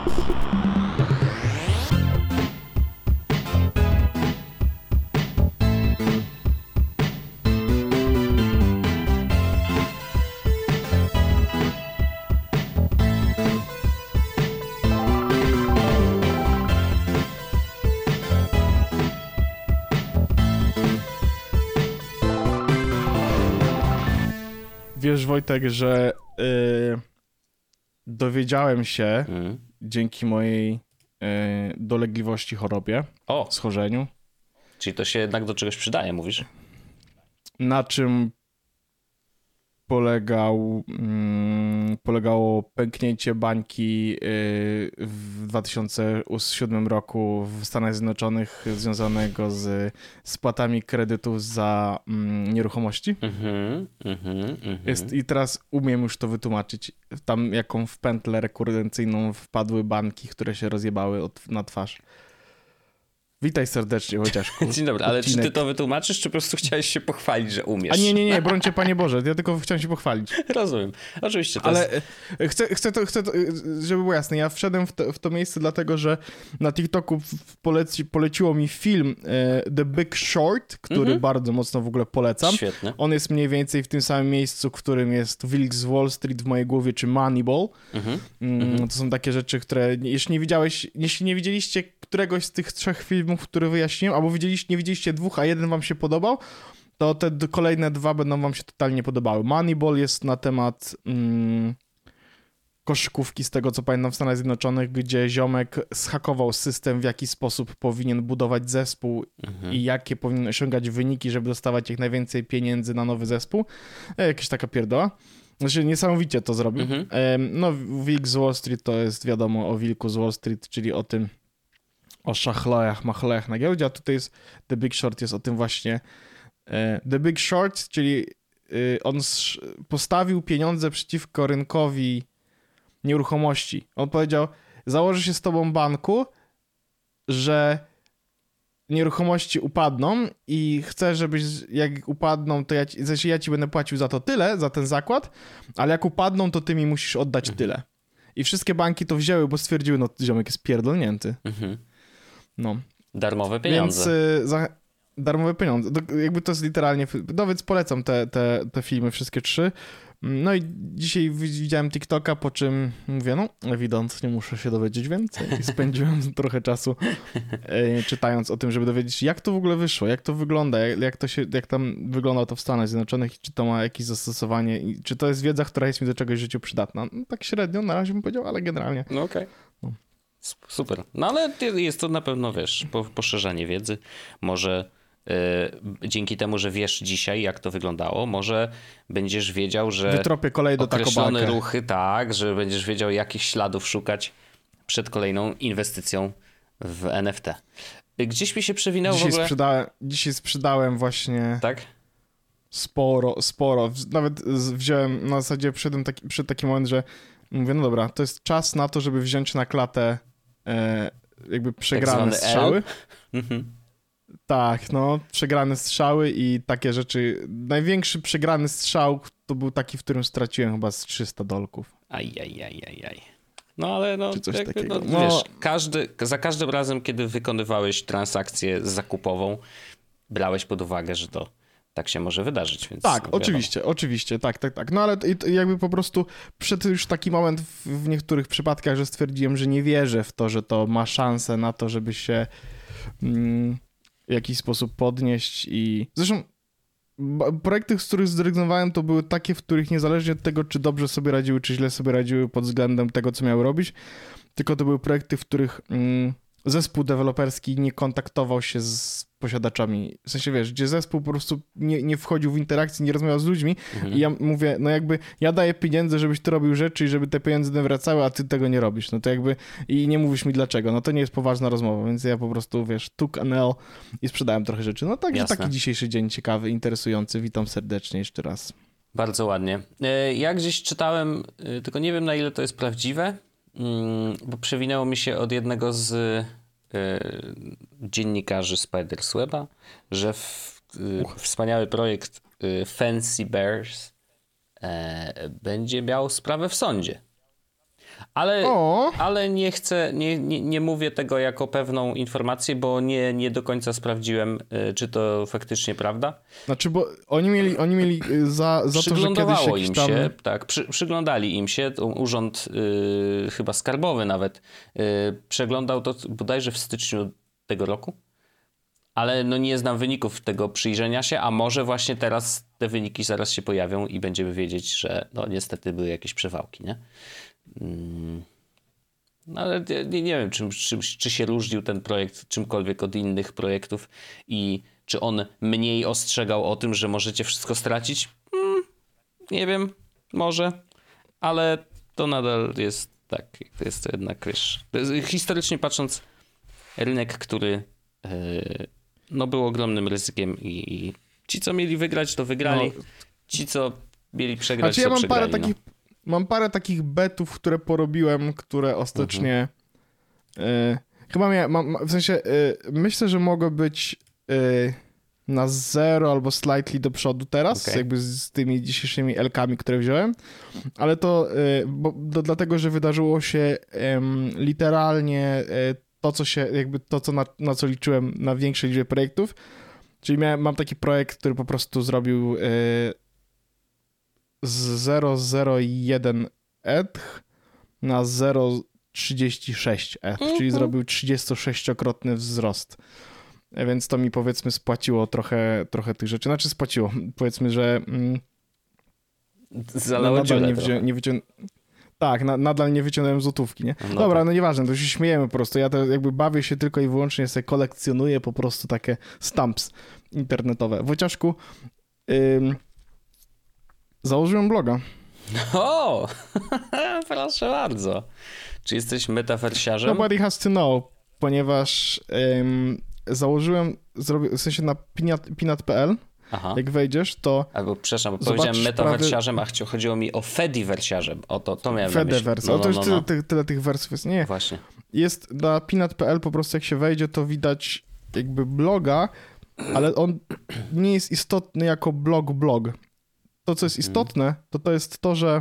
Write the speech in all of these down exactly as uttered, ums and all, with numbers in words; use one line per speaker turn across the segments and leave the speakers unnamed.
Wiesz, Wojtek, że yy, dowiedziałem się mm. dzięki mojej yy, dolegliwości, chorobie,
o.
schorzeniu.
Czyli to się jednak do czegoś przydaje, mówisz?
Na czym polegał, mm, polegało pęknięcie bańki yy, w dwa tysiące siódmym roku w Stanach Zjednoczonych związanego z spłatami kredytów za mm, nieruchomości. Mm-hmm, mm-hmm. Jest, I teraz umiem już to wytłumaczyć. Tam jaką w pętlę rekurencyjną wpadły banki, które się rozjebały od, na twarz. Witaj serdecznie, Wojciaszku.
Dzień dobry, ale odcinek. Czy ty to wytłumaczysz, czy po prostu chciałeś się pochwalić, że umiesz?
A nie, nie, nie, broń cię, Panie Boże, ja tylko chciałem się pochwalić.
Rozumiem, oczywiście. To
ale
jest...
chcę, chcę, to, chcę to, żeby było jasne, ja wszedłem w to, w to miejsce dlatego, że na TikToku poleci, poleciło mi film e, The Big Short, który mm-hmm. bardzo mocno w ogóle polecam.
Świetnie.
On jest mniej więcej w tym samym miejscu, w którym jest Wilk z Wall Street w mojej głowie, czy Moneyball. Mm-hmm. Mm, to są takie rzeczy, które jeśli nie widziałeś, jeśli nie widzieliście któregoś z tych trzech filmów, które wyjaśniłem, albo widzieliście, nie widzieliście dwóch, a jeden wam się podobał, to te d- kolejne dwa będą wam się totalnie podobały. Moneyball jest na temat mm, koszykówki, z tego co pamiętam, w Stanach Zjednoczonych, gdzie ziomek zhakował system, w jaki sposób powinien budować zespół mhm. i jakie powinien osiągać wyniki, żeby dostawać jak najwięcej pieniędzy na nowy zespół. E, jakaś taka pierdoła. Znaczy niesamowicie to zrobił. Mhm. E, no, Wilk z Wall Street to jest wiadomo o Wilku z Wall Street, czyli o tym, o szachlojach, machlojach na giełdzie, a tutaj jest The Big Short, jest o tym właśnie. The Big Short, czyli on postawił pieniądze przeciwko rynkowi nieruchomości. On powiedział, założę się z tobą banku, że nieruchomości upadną i chcę, żebyś, jak upadną, to ja ci, znaczy ja ci będę płacił za to tyle, za ten zakład, ale jak upadną, to ty mi musisz oddać mhm. tyle. I wszystkie banki to wzięły, bo stwierdziły, no ziomek jest pierdolnięty. Mhm. No.
Darmowe pieniądze.
Więc y, za, darmowe pieniądze. Do, jakby to jest literalnie... No więc polecam te, te, te filmy, wszystkie trzy. No i dzisiaj widziałem TikToka, po czym mówię, no ewidentnie muszę się dowiedzieć więcej. I spędziłem trochę czasu y, czytając o tym, żeby dowiedzieć się, jak to w ogóle wyszło, jak to wygląda, jak, jak, to się, jak tam wygląda to w Stanach Zjednoczonych i czy to ma jakieś zastosowanie i czy to jest wiedza, która jest mi do czegoś w życiu przydatna. No, tak średnio na razie bym powiedział, ale generalnie.
No okej. Okay. No. Super. No ale jest to na pewno, wiesz, poszerzanie wiedzy. Może yy, dzięki temu, że wiesz dzisiaj, jak to wyglądało, może będziesz wiedział, że
wytropię kolej do
określone ruchy, tak, że będziesz wiedział, jakich śladów szukać przed kolejną inwestycją w N F T. Gdzieś mi się przewinęło
dzisiaj
w ogóle...
Sprzedałem, dzisiaj sprzedałem właśnie...
Tak?
Sporo, sporo. Nawet wziąłem, na zasadzie przyszedłem taki, przed taki moment, że mówię, no dobra, to jest czas na to, żeby wziąć na klatę e, jakby przegrane tak strzały. Tak, no, przegrane strzały i takie rzeczy. Największy przegrany strzał to był taki, w którym straciłem chyba z trzysta dolków.
Aj, aj, aj, aj, aj. No ale no,
Czy coś
jakby,
takiego.
no, wiesz, każdy, za każdym razem, kiedy wykonywałeś transakcję zakupową, brałeś pod uwagę, że to tak się może wydarzyć, więc...
Tak,
no,
oczywiście, oczywiście, tak, tak, tak. No ale jakby po prostu przyszedł już taki moment w, w niektórych przypadkach, że stwierdziłem, że nie wierzę w to, że to ma szansę na to, żeby się mm, w jakiś sposób podnieść i... Zresztą projekty, z których zrezygnowałem, to były takie, w których niezależnie od tego, czy dobrze sobie radziły, czy źle sobie radziły pod względem tego, co miały robić, tylko to były projekty, w których... Mm, zespół deweloperski nie kontaktował się z posiadaczami. W sensie, wiesz, gdzie zespół po prostu nie, nie wchodził w interakcję, nie rozmawiał z ludźmi mhm. i ja mówię, no jakby ja daję pieniądze, żebyś ty robił rzeczy i żeby te pieniądze nie wracały, a ty tego nie robisz. No to jakby i nie mówisz mi dlaczego. No to nie jest poważna rozmowa, więc ja po prostu, wiesz, took an L i sprzedałem trochę rzeczy. No także taki dzisiejszy dzień ciekawy, interesujący. Witam serdecznie jeszcze raz.
Bardzo ładnie. Ja gdzieś czytałem, tylko nie wiem, na ile to jest prawdziwe, bo przewinęło mi się od jednego z y, dziennikarzy Spider's Weba, że w, y, wspaniały projekt y, Fancy Bears y, będzie miał sprawę w sądzie. Ale, ale nie chcę, nie, nie, nie mówię tego jako pewną informację, bo nie, nie do końca sprawdziłem, czy to faktycznie prawda.
Znaczy, bo oni mieli, oni mieli za, za to, że kiedyś jakiś
im
tam...
się, tak, przy, przyglądali im się, urząd yy, chyba skarbowy nawet yy, przeglądał to bodajże w styczniu tego roku, ale no nie znam wyników tego przyjrzenia się, a może właśnie teraz te wyniki zaraz się pojawią i będziemy wiedzieć, że no niestety były jakieś przewałki, nie? No ale nie, nie wiem, czym, czym, czy się różnił ten projekt czymkolwiek od innych projektów i czy on mniej ostrzegał o tym, że możecie wszystko stracić? Hmm, nie wiem, może, ale to nadal jest tak, jest to jednak, wiesz, historycznie patrząc, rynek, który yy, no był ogromnym ryzykiem i, i ci, co mieli wygrać, to wygrali, no. Ci, co mieli przegrać, znaczy, to ja mam przegrali.
Parę takich...
no.
Mam parę takich betów, które porobiłem, które ostatecznie... Mhm. Y, chyba miałem... Mam, w sensie, y, myślę, że mogę być y, na zero albo slightly do przodu teraz, okay. jakby z, z tymi dzisiejszymi L-kami, które wziąłem, ale to, y, bo, to dlatego, że wydarzyło się y, literalnie y, to, co się, jakby to, co na, na co liczyłem na większej liczbie projektów, czyli miałem, mam taki projekt, który po prostu zrobił... Y, z zero przecinek zero jeden E T H na zero przecinek trzydzieści sześć E T H, mm-hmm. czyli zrobił trzydziestosześciokrotny wzrost. Więc to mi powiedzmy spłaciło trochę, trochę tych rzeczy. Znaczy spłaciło. Powiedzmy, że mm,
Zalało
nadal nie, wzią, nie wycią... Tak, na, nadal nie wyciągnąłem złotówki, nie? No Dobra, tak. no nieważne, to się śmiejemy po prostu. Ja to jakby bawię się tylko i wyłącznie, sobie kolekcjonuję po prostu takie stamps internetowe. Wojciaszku, ym, założyłem bloga.
O! Proszę bardzo. Czy jesteś metaversiarzem?
Nobody has to know, ponieważ ym, założyłem, zrobię, w sensie na pinat kropka p l, Aha. jak wejdziesz, to...
Albo, przepraszam, bo powiedziałem metaversiarzem, prawy... a chodziło mi o fediversiarzem. O to, to miałem
Fediverse.
na
No, no,
no,
no, no. Tyle, tyle tych wersów jest. Nie.
Właśnie.
Jest na pinat kropka p l, po prostu jak się wejdzie, to widać jakby bloga, ale on nie jest istotny jako blog blog. To, co jest istotne, to to jest to, że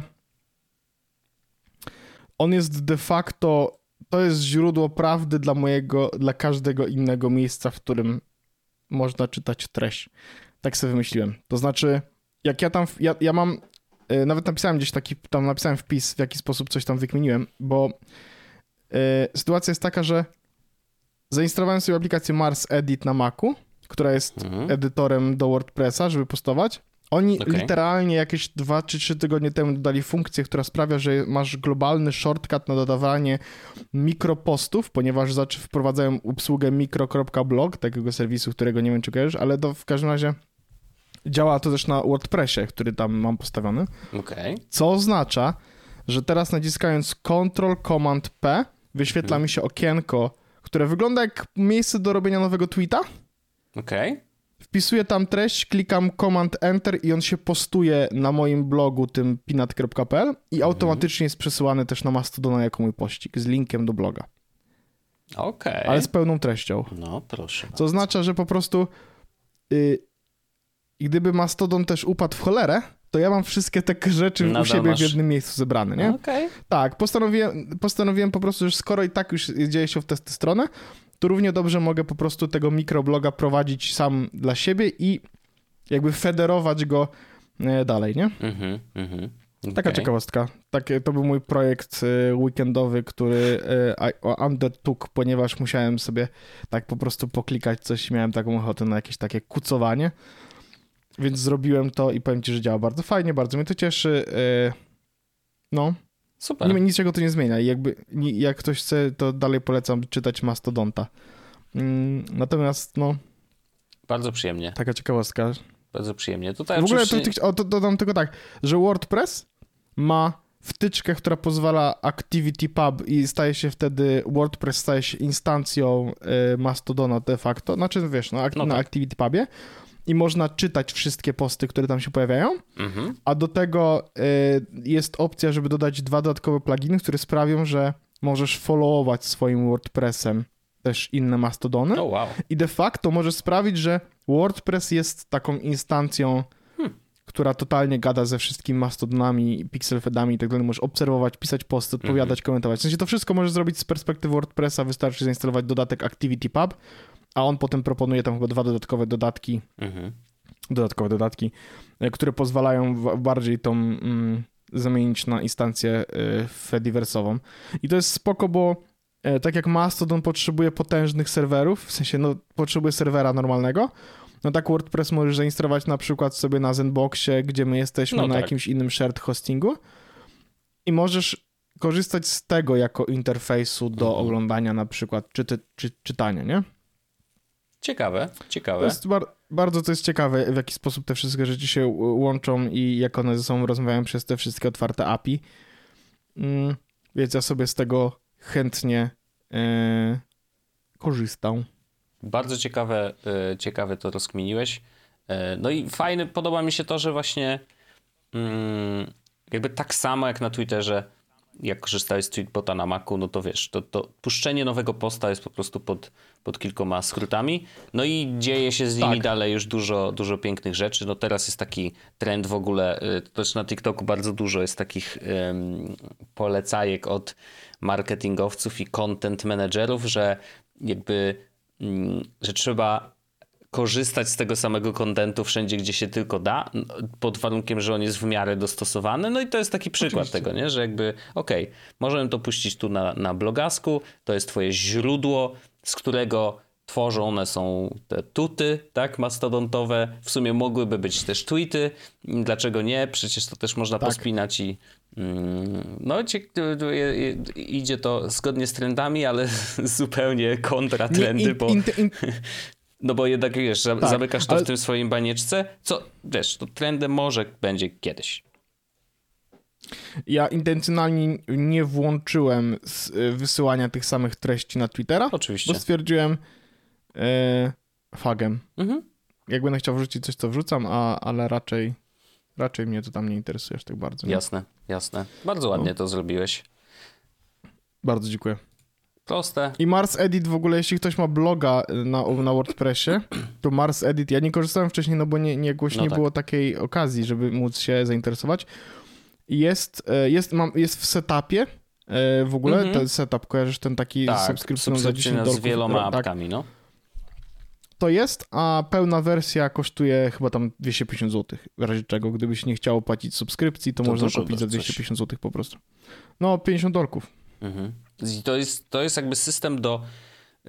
on jest de facto, to jest źródło prawdy dla mojego, dla każdego innego miejsca, w którym można czytać treść. Tak sobie wymyśliłem. To znaczy, jak ja tam, ja, ja mam, nawet napisałem gdzieś taki, tam napisałem wpis, w jaki sposób coś tam wykminiłem, bo y, sytuacja jest taka, że zainstalowałem sobie aplikację Mars Edit na Macu, która jest mhm. edytorem do WordPressa, żeby postować. Oni okay. literalnie jakieś dwa czy trzy tygodnie temu dodali funkcję, która sprawia, że masz globalny shortcut na dodawanie mikropostów, ponieważ wprowadzają obsługę mikro kropka blog, takiego serwisu, którego nie wiem, czy kojarzysz, ale to w każdym razie działa to też na WordPressie, który tam mam postawiony.
Okay.
Co oznacza, że teraz naciskając Ctrl Command P wyświetla hmm. mi się okienko, które wygląda jak miejsce do robienia nowego tweeta.
Okej. Okay.
Wpisuję tam treść, klikam Command Enter i on się postuje na moim blogu, tym pinat kropka p l i automatycznie jest przesyłany też na Mastodona jako mój pościg z linkiem do bloga.
Okej. Okay.
Ale z pełną treścią.
No, proszę.
Co oznacza, że po prostu yy, gdyby Mastodon też upadł w cholerę, to ja mam wszystkie te rzeczy Nadal u siebie masz... w jednym miejscu zebrane, nie?
Okej. Okay.
Tak, postanowiłem, postanowiłem po prostu, że skoro i tak już dzieje się w tę stronę, to równie dobrze mogę po prostu tego mikrobloga prowadzić sam dla siebie i jakby federować go dalej, nie? Mhm, mhm. Okay. Taka ciekawostka. Tak, to był mój projekt weekendowy, który I undertook, ponieważ musiałem sobie tak po prostu poklikać coś, miałem taką ochotę na jakieś takie kucowanie, więc zrobiłem to i powiem ci, że działa bardzo fajnie, bardzo mnie to cieszy. No.
Super.
Nie, niczego to nie zmienia i jakby jak ktoś chce, to dalej polecam czytać Mastodonta. Natomiast no...
Bardzo przyjemnie.
Taka ciekawostka.
Bardzo przyjemnie. Tutaj
w ogóle
oczywiście...
to, to, dodam tylko tak, że WordPress ma wtyczkę, która pozwala ActivityPub i staje się wtedy, WordPress staje się instancją y, Mastodona de facto, znaczy wiesz, no, ak- no na tak. ActivityPubie i można czytać wszystkie posty, które tam się pojawiają, mhm. a do tego y, jest opcja, żeby dodać dwa dodatkowe pluginy, które sprawią, że możesz followować swoim WordPressem też inne Mastodony
oh, wow.
i de facto możesz sprawić, że WordPress jest taką instancją, hmm. która totalnie gada ze wszystkimi mastodonami, pixelfedami i tak dalej. Możesz obserwować, pisać posty, odpowiadać, mm-hmm. komentować. W sensie to wszystko możesz zrobić z perspektywy WordPressa, wystarczy zainstalować dodatek ActivityPub, a on potem proponuje tam chyba dwa dodatkowe dodatki, mm-hmm. dodatkowe dodatki, które pozwalają w, bardziej tą mm, zamienić na instancję y, Fediversową. I to jest spoko, bo y, tak jak Mastodon potrzebuje potężnych serwerów, w sensie no potrzebuje serwera normalnego, no tak WordPress możesz zainstalować na przykład sobie na Zenboxie, gdzie my jesteśmy no na tak. jakimś innym shared hostingu i możesz korzystać z tego jako interfejsu do mhm. oglądania na przykład czy, czy, czytania, nie?
Ciekawe, ciekawe.
To jest bar- bardzo to jest ciekawe, w jaki sposób te wszystkie rzeczy się łączą i jak one ze sobą rozmawiają przez te wszystkie otwarte A P I. Mm, więc ja sobie z tego chętnie yy, korzystam.
Bardzo ciekawe, yy, ciekawe to rozkminiłeś. Yy, no i fajne, podoba mi się to, że właśnie yy, jakby tak samo jak na Twitterze, jak korzystałeś z Tweetbota na Macu, no to wiesz, to, to puszczenie nowego posta jest po prostu pod, pod kilkoma skrótami. No i dzieje się z nimi tak. dalej już dużo, dużo pięknych rzeczy. No teraz jest taki trend w ogóle, to też na TikToku bardzo dużo jest takich um, polecajek od marketingowców i content managerów, że jakby, um, że trzeba korzystać z tego samego kontentu wszędzie, gdzie się tylko da, pod warunkiem, że on jest w miarę dostosowany. No i to jest taki przykład Oczywiście. tego, nie? Że jakby okej, okay, możemy to puścić tu na, na blogasku, to jest twoje źródło, z którego tworzone są te tuty, tak, mastodontowe. W sumie mogłyby być też tweety. Dlaczego nie? Przecież to też można tak. pospinać i mm, no idzie to zgodnie z trendami, ale zupełnie kontra trendy, nie, in, bo... In, in, No bo jednak, wiesz, tak, zamykasz to ale... w tym swoim banieczce, co, wiesz, to trendem może będzie kiedyś.
Ja intencjonalnie nie włączyłem wysyłania tych samych treści na Twittera.
Oczywiście.
Bo stwierdziłem e, fagem. Mhm. Jak będę chciał wrzucić coś, to wrzucam, a, ale raczej, raczej mnie to tam nie interesuje aż tak bardzo. Nie?
Jasne, jasne. Bardzo ładnie no. to zrobiłeś.
Bardzo dziękuję.
Proste.
I Mars Edit w ogóle, jeśli ktoś ma bloga na, na WordPressie, to Mars Edit, ja nie korzystałem wcześniej, no bo nie, nie, jakoś no nie tak. było takiej okazji, żeby móc się zainteresować. Jest, jest, mam, jest w setupie w ogóle, mm-hmm. ten setup, kojarzysz ten taki
tak,
z subskrypcją za dziesięć dolarów.
z wieloma tak. apkami, no.
To jest, a pełna wersja kosztuje chyba tam dwieście pięćdziesiąt złotych, w razie czego, gdybyś nie chciał płacić subskrypcji, to, to można kupić za dwieście pięćdziesiąt złotych po prostu. No, pięćdziesiąt dolków.
Mhm. I to jest, to jest jakby system do yy,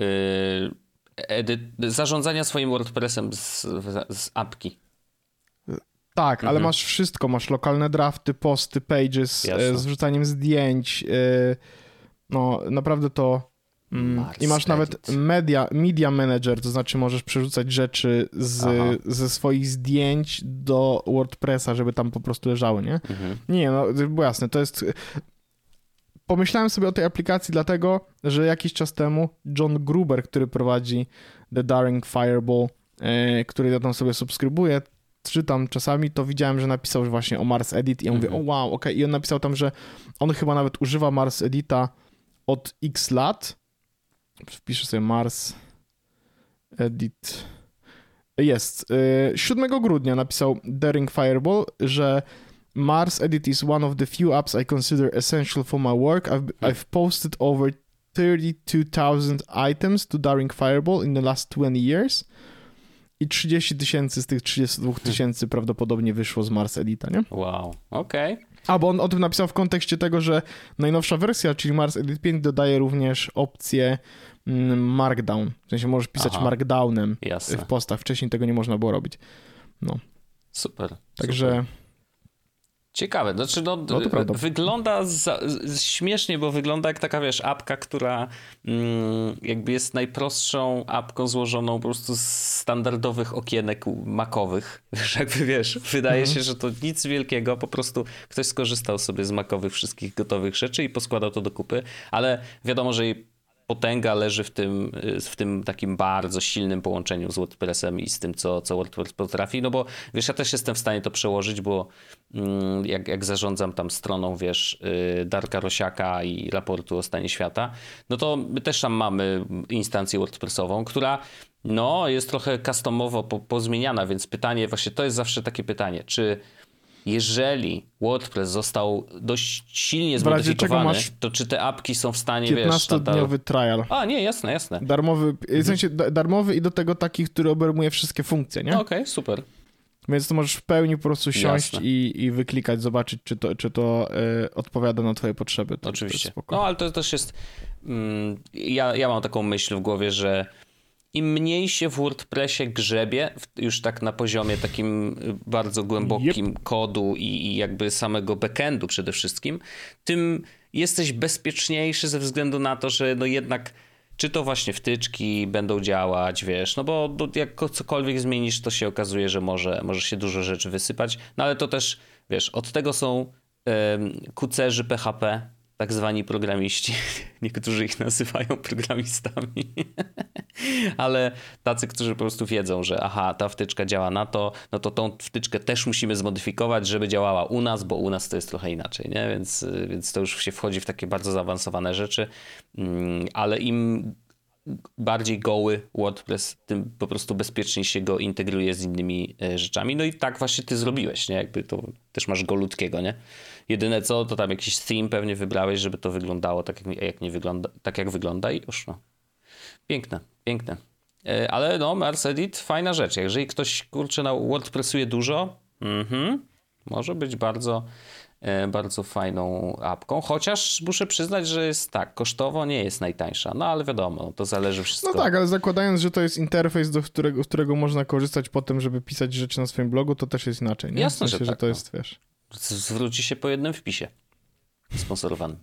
edy- zarządzania swoim WordPressem z, z apki.
Tak, mhm. ale masz wszystko. Masz lokalne drafty, posty, pages, e, z wrzucaniem zdjęć. E, no, naprawdę to... Mm, I masz nawet media, media manager, to znaczy możesz przerzucać rzeczy z, ze swoich zdjęć do WordPressa, żeby tam po prostu leżały, nie? Mhm. Nie, no, było jasne, to jest... Pomyślałem sobie o tej aplikacji dlatego, że jakiś czas temu John Gruber, który prowadzi The Daring Fireball, e, który ja tam sobie subskrybuję, czytam czasami, to widziałem, że napisał właśnie o Mars Edit i ja mówię, mm-hmm. o wow, okej. Okay. I on napisał tam, że on chyba nawet używa Mars Edita od x lat. Wpiszę sobie Mars Edit. Jest. E, siódmego grudnia napisał Daring Fireball, że Mars Edit is one of the few apps I consider essential for my work. I've, I've posted over thirty-two thousand items to Daring Fireball in the last twenty years. I trzydzieści tysięcy z tych trzydziestu dwóch tysięcy prawdopodobnie wyszło z Mars Edita, nie?
Wow, okej. Okay.
A, bo on o tym napisał w kontekście tego, że najnowsza wersja, czyli Mars Edit pięć, dodaje również opcję mm, Markdown. W sensie możesz pisać Aha. Markdownem Jasne. w postach. Wcześniej tego nie można było robić. No.
Super.
Także...
Super. Ciekawe, znaczy no, no wygląda za, śmiesznie, bo wygląda jak taka, wiesz, apka, która mm, jakby jest najprostszą apką złożoną po prostu z standardowych okienek macowych. Wiesz, jakby wiesz, wydaje mhm. się, że to nic wielkiego, po prostu ktoś skorzystał sobie z macowych wszystkich gotowych rzeczy i poskładał to do kupy, ale wiadomo, że jej potęga leży w tym, w tym takim bardzo silnym połączeniu z WordPressem i z tym, co, co WordPress potrafi, no bo wiesz, ja też jestem w stanie to przełożyć, bo mm, jak, jak zarządzam tam stroną, wiesz, Darka Rosiaka i raportu o stanie świata, no to my też tam mamy instancję WordPressową, która No, jest trochę customowo po, pozmieniana, więc pytanie, właśnie to jest zawsze takie pytanie, czy jeżeli WordPress został dość silnie zmodyfikowany, masz to czy te apki są w stanie, wiesz...
piętnastodniowy trial.
A, nie, jasne, jasne.
Darmowy, w sensie darmowy i do tego taki, który obejmuje wszystkie funkcje, nie?
Okej, okay, super.
Więc to możesz w pełni po prostu siąść i, i wyklikać, zobaczyć, czy to, czy to y, odpowiada na twoje potrzeby. To,
Oczywiście.
To
no, ale to też jest... Mm, ja, ja mam taką myśl w głowie, że im mniej się w WordPressie grzebie, już tak na poziomie takim bardzo głębokim yep. kodu i, i jakby samego backendu przede wszystkim, tym jesteś bezpieczniejszy ze względu na to, że no jednak czy to właśnie wtyczki będą działać, wiesz, no bo jak cokolwiek zmienisz, to się okazuje, że może, może się dużo rzeczy wysypać, no ale to też, wiesz, od tego są um, kucerzy P H P, tak zwani programiści. Niektórzy ich nazywają programistami. Ale tacy, którzy po prostu wiedzą, że aha, ta wtyczka działa na to, no to tą wtyczkę też musimy zmodyfikować, żeby działała u nas, bo u nas to jest trochę inaczej, nie? Więc, więc to już się wchodzi w takie bardzo zaawansowane rzeczy. Ale im bardziej goły WordPress, tym po prostu bezpieczniej się go integruje z innymi rzeczami. No i tak właśnie ty zrobiłeś, nie? Jakby to też masz golutkiego, nie? Jedyne co, to tam jakiś theme pewnie wybrałeś, żeby to wyglądało tak jak, jak nie wygląda, tak jak wygląda i już no. Piękne, piękne. Ale no, MarsEdit, fajna rzecz. Jeżeli ktoś, kurczę, na WordPressuje dużo, mm-hmm, może być bardzo, bardzo fajną apką. Chociaż muszę przyznać, że jest tak, kosztowo nie jest najtańsza. No ale wiadomo, to zależy wszystko.
No tak, ale zakładając, że to jest interfejs, do którego, z którego można korzystać potem, żeby pisać rzeczy na swoim blogu, to też jest inaczej, nie?
Jasne,
w sensie,
że, tak,
że to
no.
jest, wiesz...
Zwróci się po jednym wpisie sponsorowanym.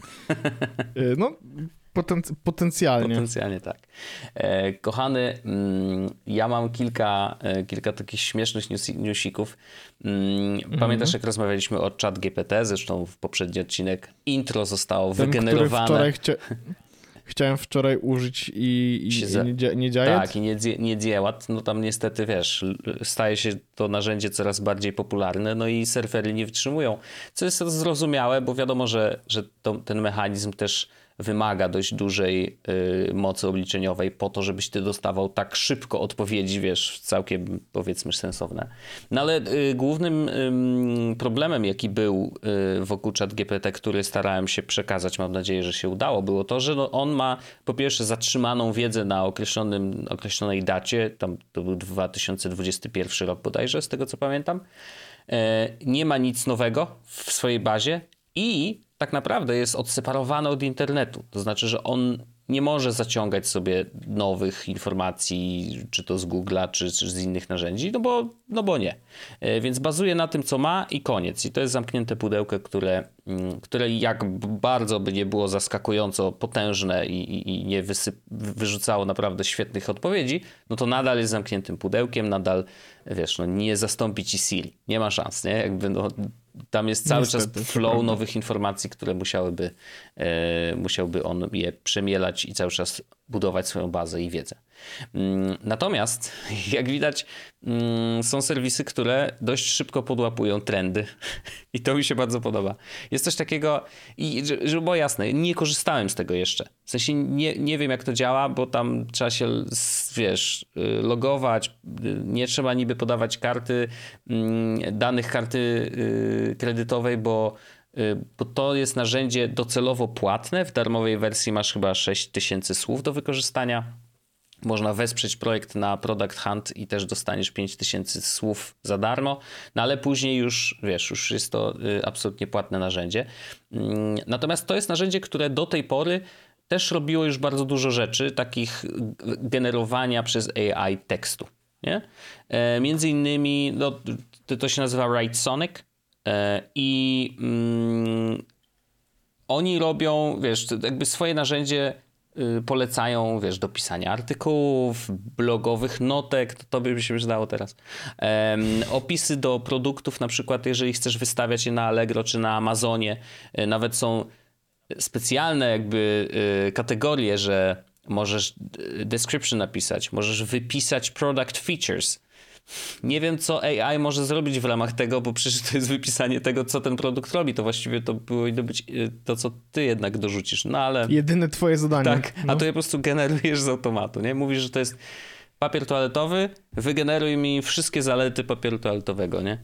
No, poten- potencjalnie.
Potencjalnie tak. E, kochany, mm, ja mam kilka, e, kilka takich śmiesznych news- newsików. Mm, pamiętasz, mm-hmm. jak rozmawialiśmy o ChatGPT, zresztą w poprzedni odcinek intro zostało
Ten,
wygenerowane.
Który wczoraj chcia... Chciałem wczoraj użyć i, i, i nie, dzia- nie działa.
Tak, i nie, nie działa. No tam niestety, wiesz, staje się to narzędzie coraz bardziej popularne, no i serwery nie wytrzymują. Co jest zrozumiałe, bo wiadomo, że, że to, ten mechanizm też wymaga dość dużej y, mocy obliczeniowej po to, żebyś ty dostawał tak szybko odpowiedzi, wiesz, całkiem powiedzmy sensowne. No ale y, głównym y, problemem, jaki był y, wokół ChatGPT, który starałem się przekazać, mam nadzieję, że się udało, było to, że no, on ma po pierwsze zatrzymaną wiedzę na określonym, określonej dacie, tam to był dwa tysiące dwudziesty pierwszy rok bodajże, z tego co pamiętam. Y, nie ma nic nowego w swojej bazie i tak naprawdę jest odseparowany od internetu. To znaczy, że on nie może zaciągać sobie nowych informacji, czy to z Google'a, czy, czy z innych narzędzi, no bo, no bo nie. Więc bazuje na tym, co ma i koniec. I to jest zamknięte pudełko, które, które jak bardzo by nie było zaskakująco potężne i, i, i nie wysyp, wyrzucało naprawdę świetnych odpowiedzi, no to nadal jest zamkniętym pudełkiem, nadal, wiesz, no nie zastąpi ci Siri. Nie ma szans, nie? Jakby no, tam jest cały Niestety, czas flow nowych informacji, które musiałyby, e, musiałby on je przemielać i cały czas budować swoją bazę i wiedzę. Natomiast, jak widać, są serwisy, które dość szybko podłapują trendy i to mi się bardzo podoba. Jest coś takiego, i żeby było jasne, nie korzystałem z tego jeszcze. W sensie nie, nie wiem, jak to działa, bo tam trzeba się, wiesz, logować, nie trzeba niby podawać karty, danych karty kredytowej, bo bo to jest narzędzie docelowo płatne. W darmowej wersji masz chyba sześć tysięcy słów do wykorzystania. Można wesprzeć projekt na Product Hunt i też dostaniesz pięć tysięcy słów za darmo, no ale później już, wiesz, już jest to absolutnie płatne narzędzie. Natomiast to jest narzędzie, które do tej pory też robiło już bardzo dużo rzeczy, takich generowania przez A I tekstu, nie? Między innymi, no, to się nazywa Writesonic. I mm, oni robią, wiesz, jakby swoje narzędzie y, polecają, wiesz, do pisania artykułów, blogowych notek, to tobie by się przydało teraz. Um, opisy do produktów, na przykład jeżeli chcesz wystawiać je na Allegro czy na Amazonie, y, nawet są specjalne jakby y, kategorie, że możesz description napisać, możesz wypisać product features. Nie wiem, co A I może zrobić w ramach tego, bo przecież to jest wypisanie tego, co ten produkt robi. To właściwie to powinno być to, co ty jednak dorzucisz. No ale...
Jedyne twoje zadanie.
Tak,
no.
A to je po prostu generujesz z automatu, nie? Mówisz, że to jest papier toaletowy, wygeneruj mi wszystkie zalety papieru toaletowego, nie?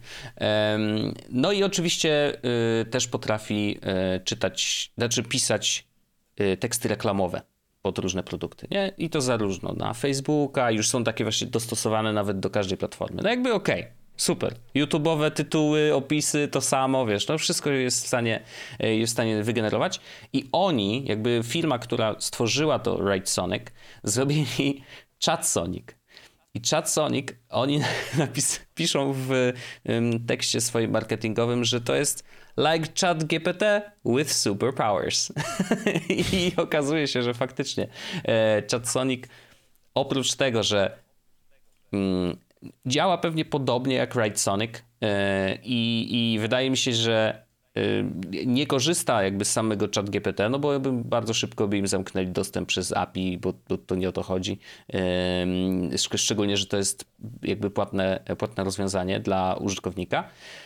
No i oczywiście też potrafi czytać, znaczy pisać teksty reklamowe pod różne produkty, nie? I to za różno. Na Facebooka już są takie właśnie dostosowane nawet do każdej platformy. No jakby okej, okay, super. YouTube'owe tytuły, opisy, to samo, wiesz, no wszystko jest w stanie, jest w stanie wygenerować. I oni, jakby firma, która stworzyła to Writesonic, zrobili ChatSonic. I ChatSonic, oni napis, piszą w um, tekście swoim marketingowym, że to jest like ChatGPT with superpowers. I okazuje się, że faktycznie e, ChatSonic oprócz tego, że mm, działa pewnie podobnie jak Writesonic e, i, i wydaje mi się, że nie korzysta jakby z samego ChatGPT, no bo by bardzo szybko by im zamknęli dostęp przez A P I, bo, bo to nie o to chodzi. Szczególnie, że to jest jakby płatne, płatne rozwiązanie dla użytkownika.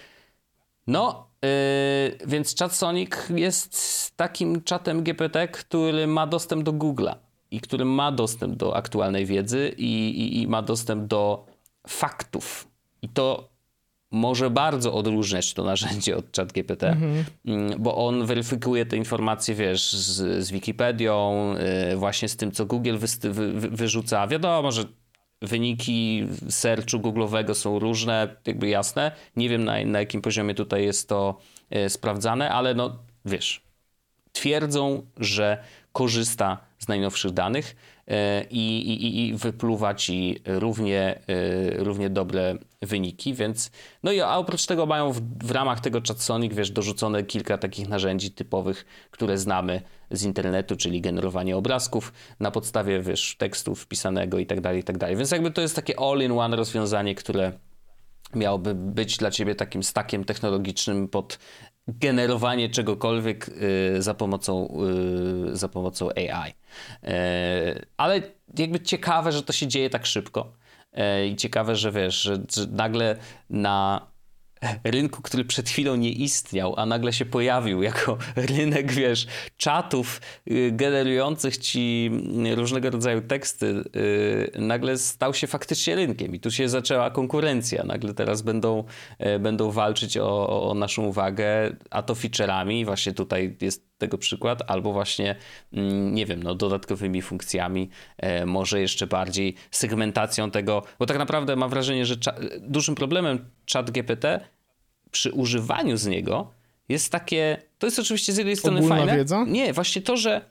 No, yy, więc ChatSonic jest takim czatem G P T, który ma dostęp do Google'a i który ma dostęp do aktualnej wiedzy i, i, i ma dostęp do faktów. I to może bardzo odróżniać to narzędzie od ChatGPT, mhm. bo on weryfikuje te informacje, wiesz, z, z Wikipedią, yy, właśnie z tym, co Google wy, wy, wyrzuca. Wiadomo, że wyniki searchu Google'owego są różne, jakby jasne. Nie wiem, na, na jakim poziomie tutaj jest to yy, sprawdzane, ale no, wiesz, twierdzą, że korzysta z najnowszych danych i, i, i wypluwa ci równie, równie dobre wyniki, więc no i a oprócz tego mają w, w ramach tego ChatSonic, wiesz, dorzucone kilka takich narzędzi typowych, które znamy z internetu, czyli generowanie obrazków na podstawie, wiesz, tekstu wpisanego i tak dalej, i tak dalej. Więc jakby to jest takie all-in-one rozwiązanie, które miałoby być dla ciebie takim stackiem technologicznym pod generowanie czegokolwiek y, za pomocą, y, za pomocą A I. Y, ale jakby ciekawe, że to się dzieje tak szybko. Y, I ciekawe, że wiesz, że, że nagle na rynku, który przed chwilą nie istniał, a nagle się pojawił jako rynek, wiesz, czatów y, generujących ci różnego rodzaju teksty, y, nagle stał się faktycznie rynkiem i tu się zaczęła konkurencja. Nagle teraz będą, y, będą walczyć o, o naszą uwagę, a to feature'ami, właśnie tutaj jest tego przykład, albo właśnie, y, nie wiem, no dodatkowymi funkcjami, y, może jeszcze bardziej segmentacją tego, bo tak naprawdę mam wrażenie, że cza- dużym problemem ChatGPT przy używaniu z niego jest takie, to jest oczywiście z jednej strony
ogólna
fajne.
Wiedza?
Nie, właśnie to, że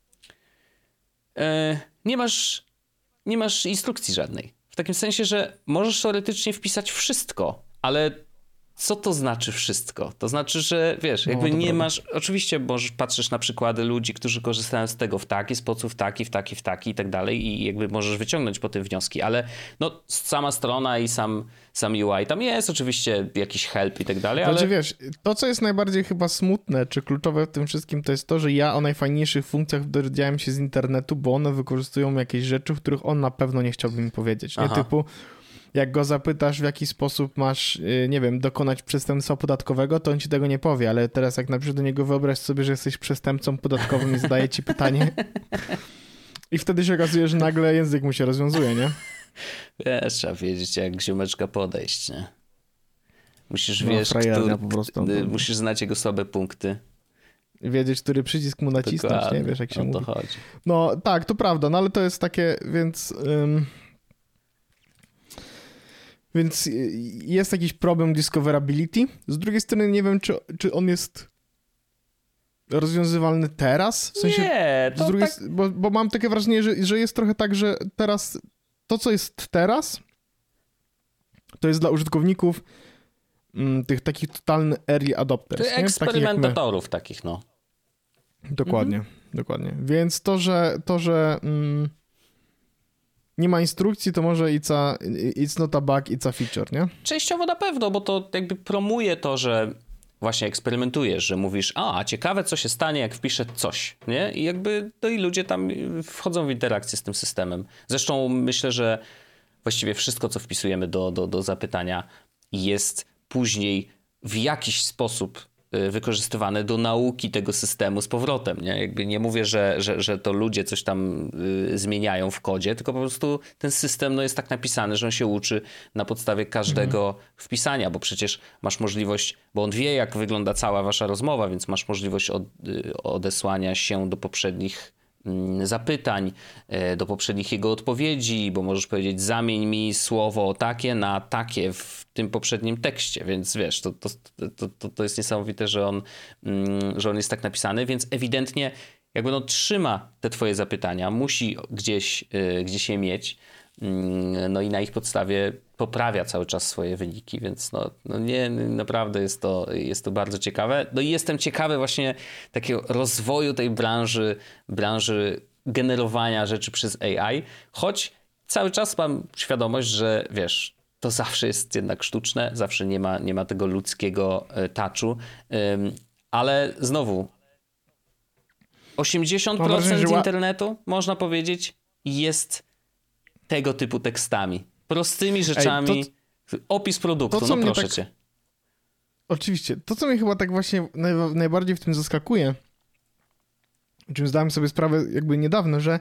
e, nie masz nie masz instrukcji żadnej. W takim sensie, że możesz teoretycznie wpisać wszystko, ale co to znaczy wszystko? To znaczy, że wiesz, jakby no, nie prawda. masz... Oczywiście możesz patrzysz na przykłady ludzi, którzy korzystają z tego w taki sposób, w taki, w taki, w taki i tak dalej i jakby możesz wyciągnąć po tym wnioski, ale no sama strona i sam, sam U I, tam jest oczywiście jakiś help i tak dalej, ale...
Znaczy wiesz, to co jest najbardziej chyba smutne, czy kluczowe w tym wszystkim, to jest to, że ja o najfajniejszych funkcjach dowiedziałem się z internetu, bo one wykorzystują jakieś rzeczy, których on na pewno nie chciałby mi powiedzieć. Nie? Typu... Jak go zapytasz, w jaki sposób masz, nie wiem, dokonać przestępstwa podatkowego, to on ci tego nie powie, ale teraz jak napiszesz do niego, wyobraź sobie, że jesteś przestępcą podatkowym i zadaje ci pytanie i wtedy się okazuje, że nagle język mu się rozwiązuje, nie?
Wiesz, trzeba wiedzieć, jak ziomeczka podejść, nie? Musisz,
no,
wiesz,
który, po prostu,
ty, musisz znać jego słabe punkty.
Wiedzieć, który przycisk mu nacisnąć,
Dokładnie.
nie? Wiesz, jak się
o
mówi.
To chodzi.
No tak, to prawda, no ale to jest takie, więc... Ym... Więc jest jakiś problem discoverability. Z drugiej strony nie wiem, czy, czy on jest rozwiązywalny teraz. W sensie,
nie, to
z drugiej,
tak...
bo, bo mam takie wrażenie, że, że jest trochę tak, że teraz to, co jest teraz, to jest dla użytkowników m, tych takich totalnych early adopters.
Tych eksperymentatorów takich, takich, no.
Dokładnie, mhm. dokładnie. Więc to, że to, że mm, nie ma instrukcji, to może it's, a, it's not a bug, it's a feature, nie?
Częściowo na pewno, bo to jakby promuje to, że właśnie eksperymentujesz, że mówisz, a ciekawe, co się stanie, jak wpiszę coś, nie? I jakby, no i ludzie tam wchodzą w interakcję z tym systemem. Zresztą myślę, że właściwie wszystko, co wpisujemy do, do, do zapytania jest później w jakiś sposób wykorzystywane do nauki tego systemu z powrotem, nie? Jakby nie mówię, że, że, że to ludzie coś tam y, zmieniają w kodzie, tylko po prostu ten system no, jest tak napisany, że on się uczy na podstawie każdego mhm. wpisania, bo przecież masz możliwość, bo on wie, jak wygląda cała wasza rozmowa, więc masz możliwość od, y, odesłania się do poprzednich zapytań, do poprzednich jego odpowiedzi, bo możesz powiedzieć zamień mi słowo takie na takie w tym poprzednim tekście, więc wiesz, to, to, to, to, to jest niesamowite, że on, że on jest tak napisany, więc ewidentnie jakby on trzyma te twoje zapytania, musi gdzieś, gdzieś je mieć, no i na ich podstawie poprawia cały czas swoje wyniki, więc no, no nie, naprawdę jest to, jest to bardzo ciekawe. No i jestem ciekawy właśnie takiego rozwoju tej branży, branży generowania rzeczy przez A I, choć cały czas mam świadomość, że wiesz, to zawsze jest jednak sztuczne, zawsze nie ma, nie ma tego ludzkiego touchu, ale znowu osiemdziesiąt procent wrażenie, internetu, można powiedzieć, jest tego typu tekstami. Prostymi rzeczami. Ej, to, opis produktu, to, no proszę tak, cię.
Oczywiście. To, co mnie chyba tak właśnie naj, najbardziej w tym zaskakuje, o czym zdałem sobie sprawę jakby niedawno, że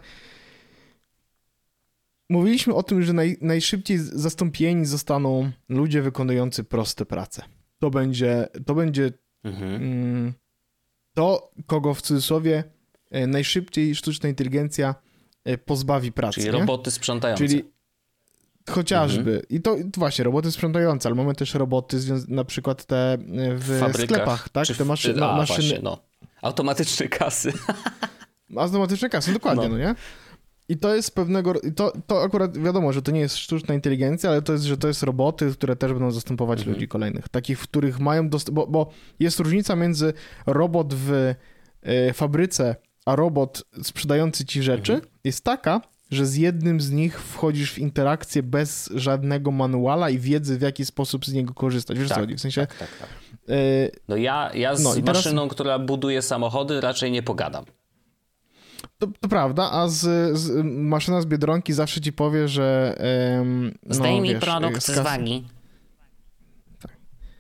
mówiliśmy o tym, że naj, najszybciej zastąpieni zostaną ludzie wykonujący proste prace. To będzie, to będzie mhm. mm, to, kogo w cudzysłowie najszybciej sztuczna inteligencja pozbawi pracy.
Czyli
nie?
roboty sprzątające. Czyli
chociażby. Mhm. I to, to właśnie, roboty sprzątające, ale mamy też roboty, na przykład te w Fabrykach, sklepach, tak?
Te
maszy,
w...
no,
A,
maszyny.
Właśnie, no. Automatyczne kasy.
Automatyczne kasy, dokładnie, no, no nie? I to jest pewnego... To, to akurat wiadomo, że to nie jest sztuczna inteligencja, ale to jest, że to jest roboty, które też będą zastępować mhm. ludzi kolejnych. Takich, w których mają... Dost... Bo, bo jest różnica między robot w y, fabryce, a robot sprzedający ci rzeczy mhm. jest taka, że z jednym z nich wchodzisz w interakcję bez żadnego manuala i wiedzy, w jaki sposób z niego korzystać. Wiesz,
tak,
co chodzi? W sensie...
Tak, tak, tak. Y... No ja, ja z no maszyną, teraz... która buduje samochody, raczej nie pogadam.
To, to prawda, a z, z, maszyna z Biedronki zawsze ci powie, że... Um,
Zdejmij no, produkt z, z wagi.
Tak.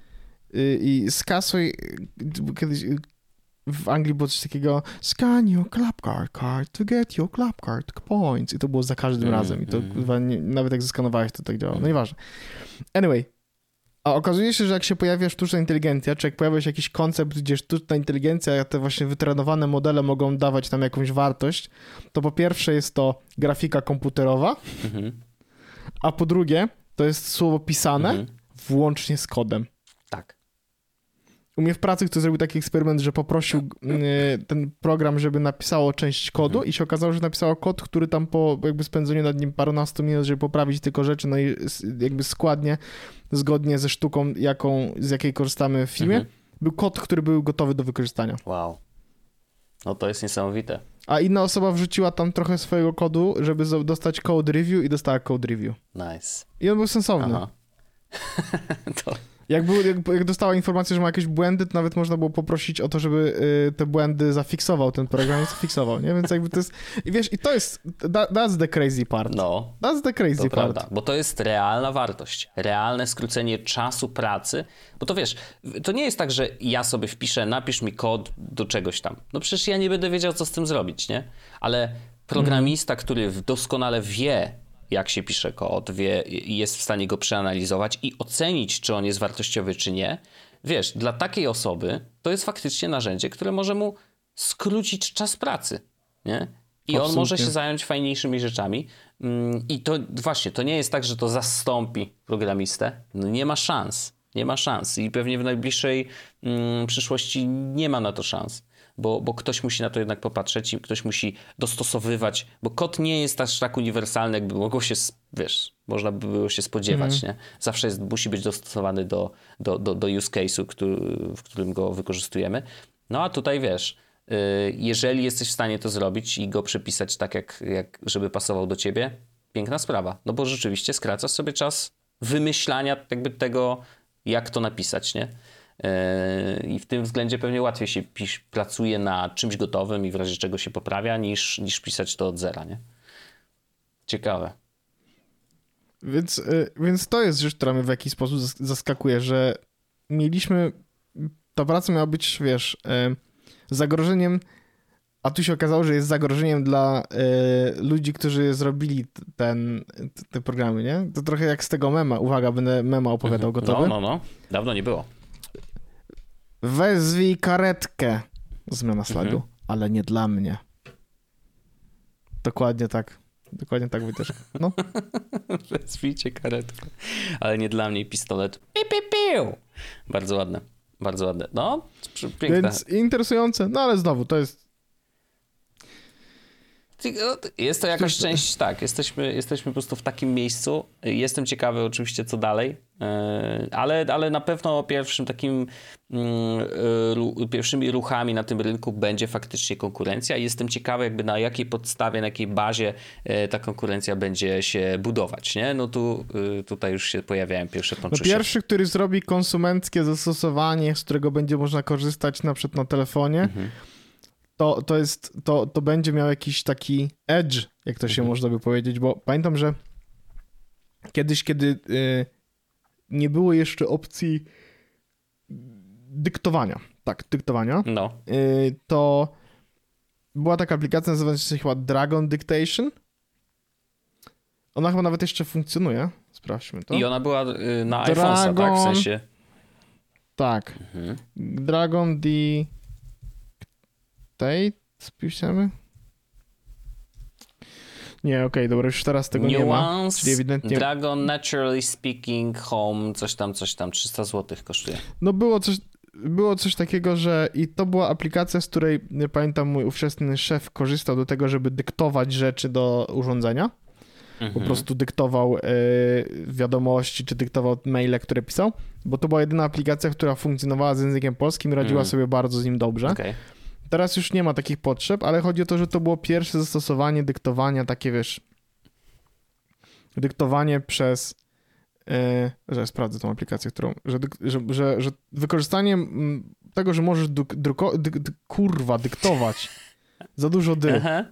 I, I skasuj... Kiedyś... W Anglii było coś takiego scan your club card card to get your club card points. I to było za każdym mm, razem. I to mm. nie, nawet jak zeskanowałeś, to tak działało. No nieważne. Anyway. A okazuje się, że jak się pojawia sztuczna inteligencja, czy jak pojawia się jakiś koncept, gdzie sztuczna inteligencja, te właśnie wytrenowane modele mogą dawać nam jakąś wartość, to po pierwsze jest to grafika komputerowa, mm-hmm. a po drugie to jest słowo pisane mm-hmm. włącznie z kodem.
Tak.
U mnie w pracy ktoś zrobił taki eksperyment, że poprosił y, ten program, żeby napisało część kodu mhm. i się okazało, że napisało kod, który tam po jakby spędzeniu nad nim parunastu minut, żeby poprawić tylko rzeczy, no i jakby składnie, zgodnie ze sztuką, jaką, z jakiej korzystamy w filmie, mhm. był kod, który był gotowy do wykorzystania.
Wow. No to jest niesamowite.
A inna osoba wrzuciła tam trochę swojego kodu, żeby dostać code review i dostała code review.
Nice.
I on był sensowny.
Aha. to...
Jak, był, jak, jak dostała informację, że ma jakieś błędy, to nawet można było poprosić o to, żeby y, te błędy zafiksował ten program i zafiksował, nie? Więc jakby to jest... I wiesz, i to jest... That, that's the crazy part.
No.
That's the crazy
to
part.
Prawda, bo to jest realna wartość. Realne skrócenie czasu pracy. Bo to wiesz, to nie jest tak, że ja sobie wpiszę, napisz mi kod do czegoś tam. No przecież ja nie będę wiedział, co z tym zrobić, nie? Ale programista, mm. który doskonale wie, jak się pisze kod, wie, jest w stanie go przeanalizować i ocenić, czy on jest wartościowy, czy nie. Wiesz, dla takiej osoby to jest faktycznie narzędzie, które może mu skrócić czas pracy, nie? I Absolutnie. On może się zająć fajniejszymi rzeczami. I to właśnie, to nie jest tak, że to zastąpi programistę. No nie ma szans, nie ma szans i pewnie w najbliższej mm, przyszłości nie ma na to szans. Bo, bo ktoś musi na to jednak popatrzeć i ktoś musi dostosowywać, bo kod nie jest aż tak uniwersalny, jakby mogło się, wiesz, można by było się spodziewać, mm. nie? Zawsze jest, musi być dostosowany do, do, do, do use case'u, który, w którym go wykorzystujemy. No a tutaj wiesz, jeżeli jesteś w stanie to zrobić i go przepisać tak, jak, jak żeby pasował do ciebie, piękna sprawa. No bo rzeczywiście skracasz sobie czas wymyślania jakby tego, jak to napisać, nie? I w tym względzie pewnie łatwiej się pisz, pracuje na czymś gotowym i w razie czego się poprawia, niż, niż pisać to od zera, nie? Ciekawe.
Więc, więc to jest rzecz, która mnie w jakiś sposób zaskakuje, że mieliśmy ta praca miała być, wiesz, e, zagrożeniem, a tu się okazało, że jest zagrożeniem dla e, ludzi, którzy zrobili ten, te programy, nie? To trochę jak z tego mema. Uwaga, będę mema opowiadał, gotowy?
No, no, no. Dawno nie było.
Wezwij karetkę. Zmiana slagu,
Mhm.
ale nie dla mnie. Dokładnie tak. Dokładnie tak, Wojtek. No.
Wezwijcie karetkę. Ale nie dla mnie pistolet. Piu, piu, piu. Bardzo ładne. Bardzo ładne. No, piękne.
Więc interesujące, no ale znowu, to jest
Jest to jakaś część, tak, jesteśmy, jesteśmy po prostu w takim miejscu. Jestem ciekawy oczywiście, co dalej, ale, ale na pewno pierwszym takim pierwszymi ruchami na tym rynku będzie faktycznie konkurencja i jestem ciekawy jakby na jakiej podstawie, na jakiej bazie ta konkurencja będzie się budować, nie? No tu tutaj już się pojawiają pierwsze pączusie.
No pierwszy, który zrobi konsumenckie zastosowanie, z którego będzie można korzystać na przykład na telefonie, mhm. To, to, jest, to, to będzie miał jakiś taki edge, jak to się mhm. można by powiedzieć, bo pamiętam, że kiedyś, kiedy y, nie było jeszcze opcji dyktowania, tak, dyktowania,
no.
y, to była taka aplikacja nazywająca się chyba Dragon Dictation. Ona chyba nawet jeszcze funkcjonuje, sprawdźmy to.
I ona była y, na iPhone'a, tak, w sensie?
Tak, mhm. Dragon Dictation. Tutaj spiszemy. Nie, okej, okay, dobra, już teraz tego
Nuance,
nie ma. Czyli ewidentnie...
Dragon Naturally Speaking Home, coś tam, coś tam, trzysta złotych kosztuje.
No było coś, było coś takiego, że i to była aplikacja, z której pamiętam mój ówczesny szef korzystał do tego, żeby dyktować rzeczy do urządzenia. Mhm. Po prostu dyktował y, wiadomości, czy dyktował maile, które pisał, bo to była jedyna aplikacja, która funkcjonowała z językiem polskim i radziła mhm. sobie bardzo z nim dobrze.
Okay.
Teraz już nie ma takich potrzeb, ale chodzi o to, że to było pierwsze zastosowanie dyktowania, takie wiesz, dyktowanie przez, yy, że sprawdzę tą aplikację, którą, że, że, że, że wykorzystanie tego, że możesz duk, druko, dy, dy, kurwa, dyktować za dużo dy.
Aha.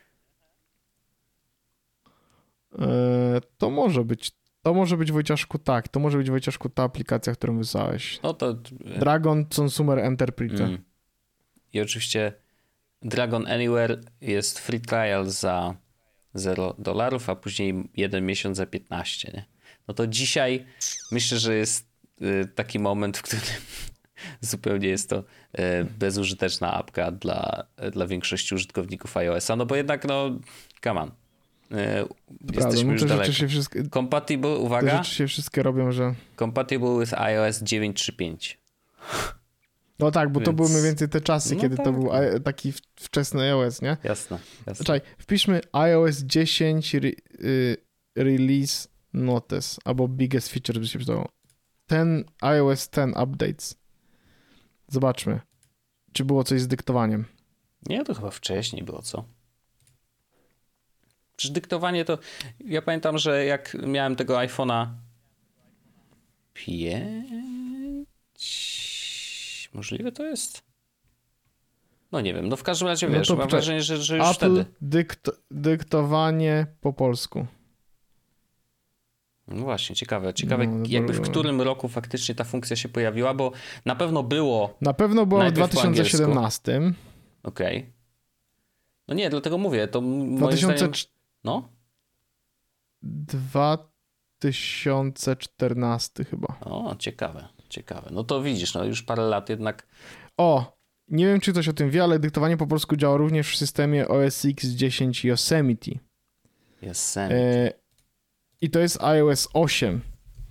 Yy, to może być, to może być Wojciaszku tak, to może być Wojciaszku ta aplikacja, którą wysłałeś.
No to...
Dragon Consumer Interpreter. Mm.
I oczywiście Dragon Anywhere jest free trial za zero dolarów, a później jeden miesiąc za piętnaście, nie? No to dzisiaj myślę, że jest y, taki moment, w którym zupełnie jest to y, bezużyteczna apka dla, dla większości użytkowników iOS-a, no bo jednak no, come on. Y, jesteśmy
no
już daleko.
Się wszystkie,
compatible, uwaga.
Te rzeczy się wszystkie robią, że...
Compatible with iOS dziewięć trzy pięć.
No tak, bo
Więc...
to były mniej więcej te czasy, no kiedy tak. to był taki wczesny iOS, nie?
Jasne, jasne.
Czekaj, wpiszmy iOS dziesięć re, y, Release Notice, albo Biggest Features by się przydało. Ten iOS dziesięć Updates. Zobaczmy, czy było coś z dyktowaniem.
Nie, to chyba wcześniej było, co? Przecież dyktowanie to... Ja pamiętam, że jak miałem tego iPhone'a pięć... Możliwe to jest? No nie wiem, no w każdym razie wiesz, no mam wrażenie, że, że już
Apple
wtedy.
Dykt, dyktowanie po polsku.
No właśnie, ciekawe. Ciekawe
no,
jakby w którym roku faktycznie ta funkcja się pojawiła, bo na pewno było...
Na pewno było w dwa tysiące siedemnastym.
Okej. Okay. No nie, dlatego mówię, to
dwa tysiące...
moim zdaniem... No?
dwa tysiące czternasty chyba.
O, ciekawe. Ciekawe. No to widzisz, no już parę lat jednak...
O, nie wiem, czy ktoś o tym wie, ale dyktowanie po polsku działa również w systemie O S X dziesięć Yosemite.
Yosemite. E,
I to jest iOS osiem.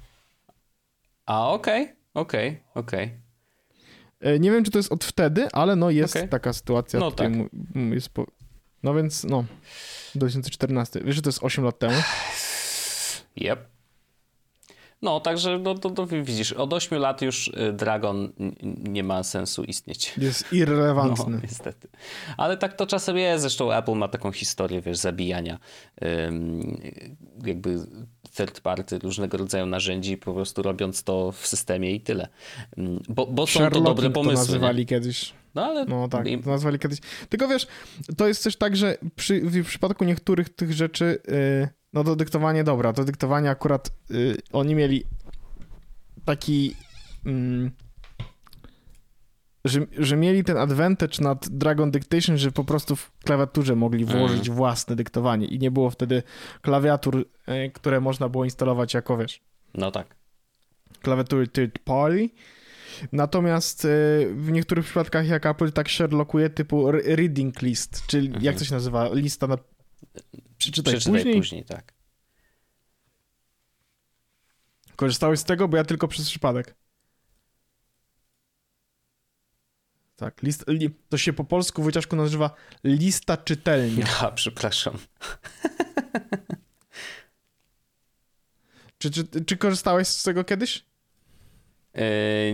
A, okej, okay, okej, okay, okej.
Okay. Nie wiem, czy to jest od wtedy, ale no jest okay. taka sytuacja.
No tak.
Jest po... No więc, no, dwa tysiące czternasty. Wiesz, że to jest osiem lat temu?
Yep. No, także no, to, to widzisz, od ośmiu lat już Dragon nie ma sensu istnieć.
Jest irrelevantny.
No, niestety. Ale tak to czasem jest, zresztą Apple ma taką historię, wiesz, zabijania um, jakby third party, różnego rodzaju narzędzi, po prostu robiąc to w systemie i tyle. Bo, bo są Sherlocking to dobre pomysły.
to nazywali
nie?
kiedyś.
No, ale...
no tak, to nazwali kiedyś. Tylko wiesz, to jest też tak, że przy, w przypadku niektórych tych rzeczy... Yy... No to dyktowanie, dobra, to dyktowanie akurat y, oni mieli taki mm, że, że mieli ten advantage nad Dragon Dictation, że po prostu w klawiaturze mogli włożyć mm. własne dyktowanie i nie było wtedy klawiatur, e, które można było instalować jako, wiesz...
No tak.
Klawiatury third party. Natomiast e, w niektórych przypadkach jak Apple tak sherlockuje typu reading list, czyli mhm. jak to się nazywa? Lista na... Przeczytaj,
Przeczytaj później. później, tak.
Korzystałeś z tego? Bo ja tylko przez przypadek. Tak, list, li, to się po polsku w wyciążku nazywa lista czytelnia.
A, przepraszam.
czy, czy, czy korzystałeś z tego kiedyś?
Eee,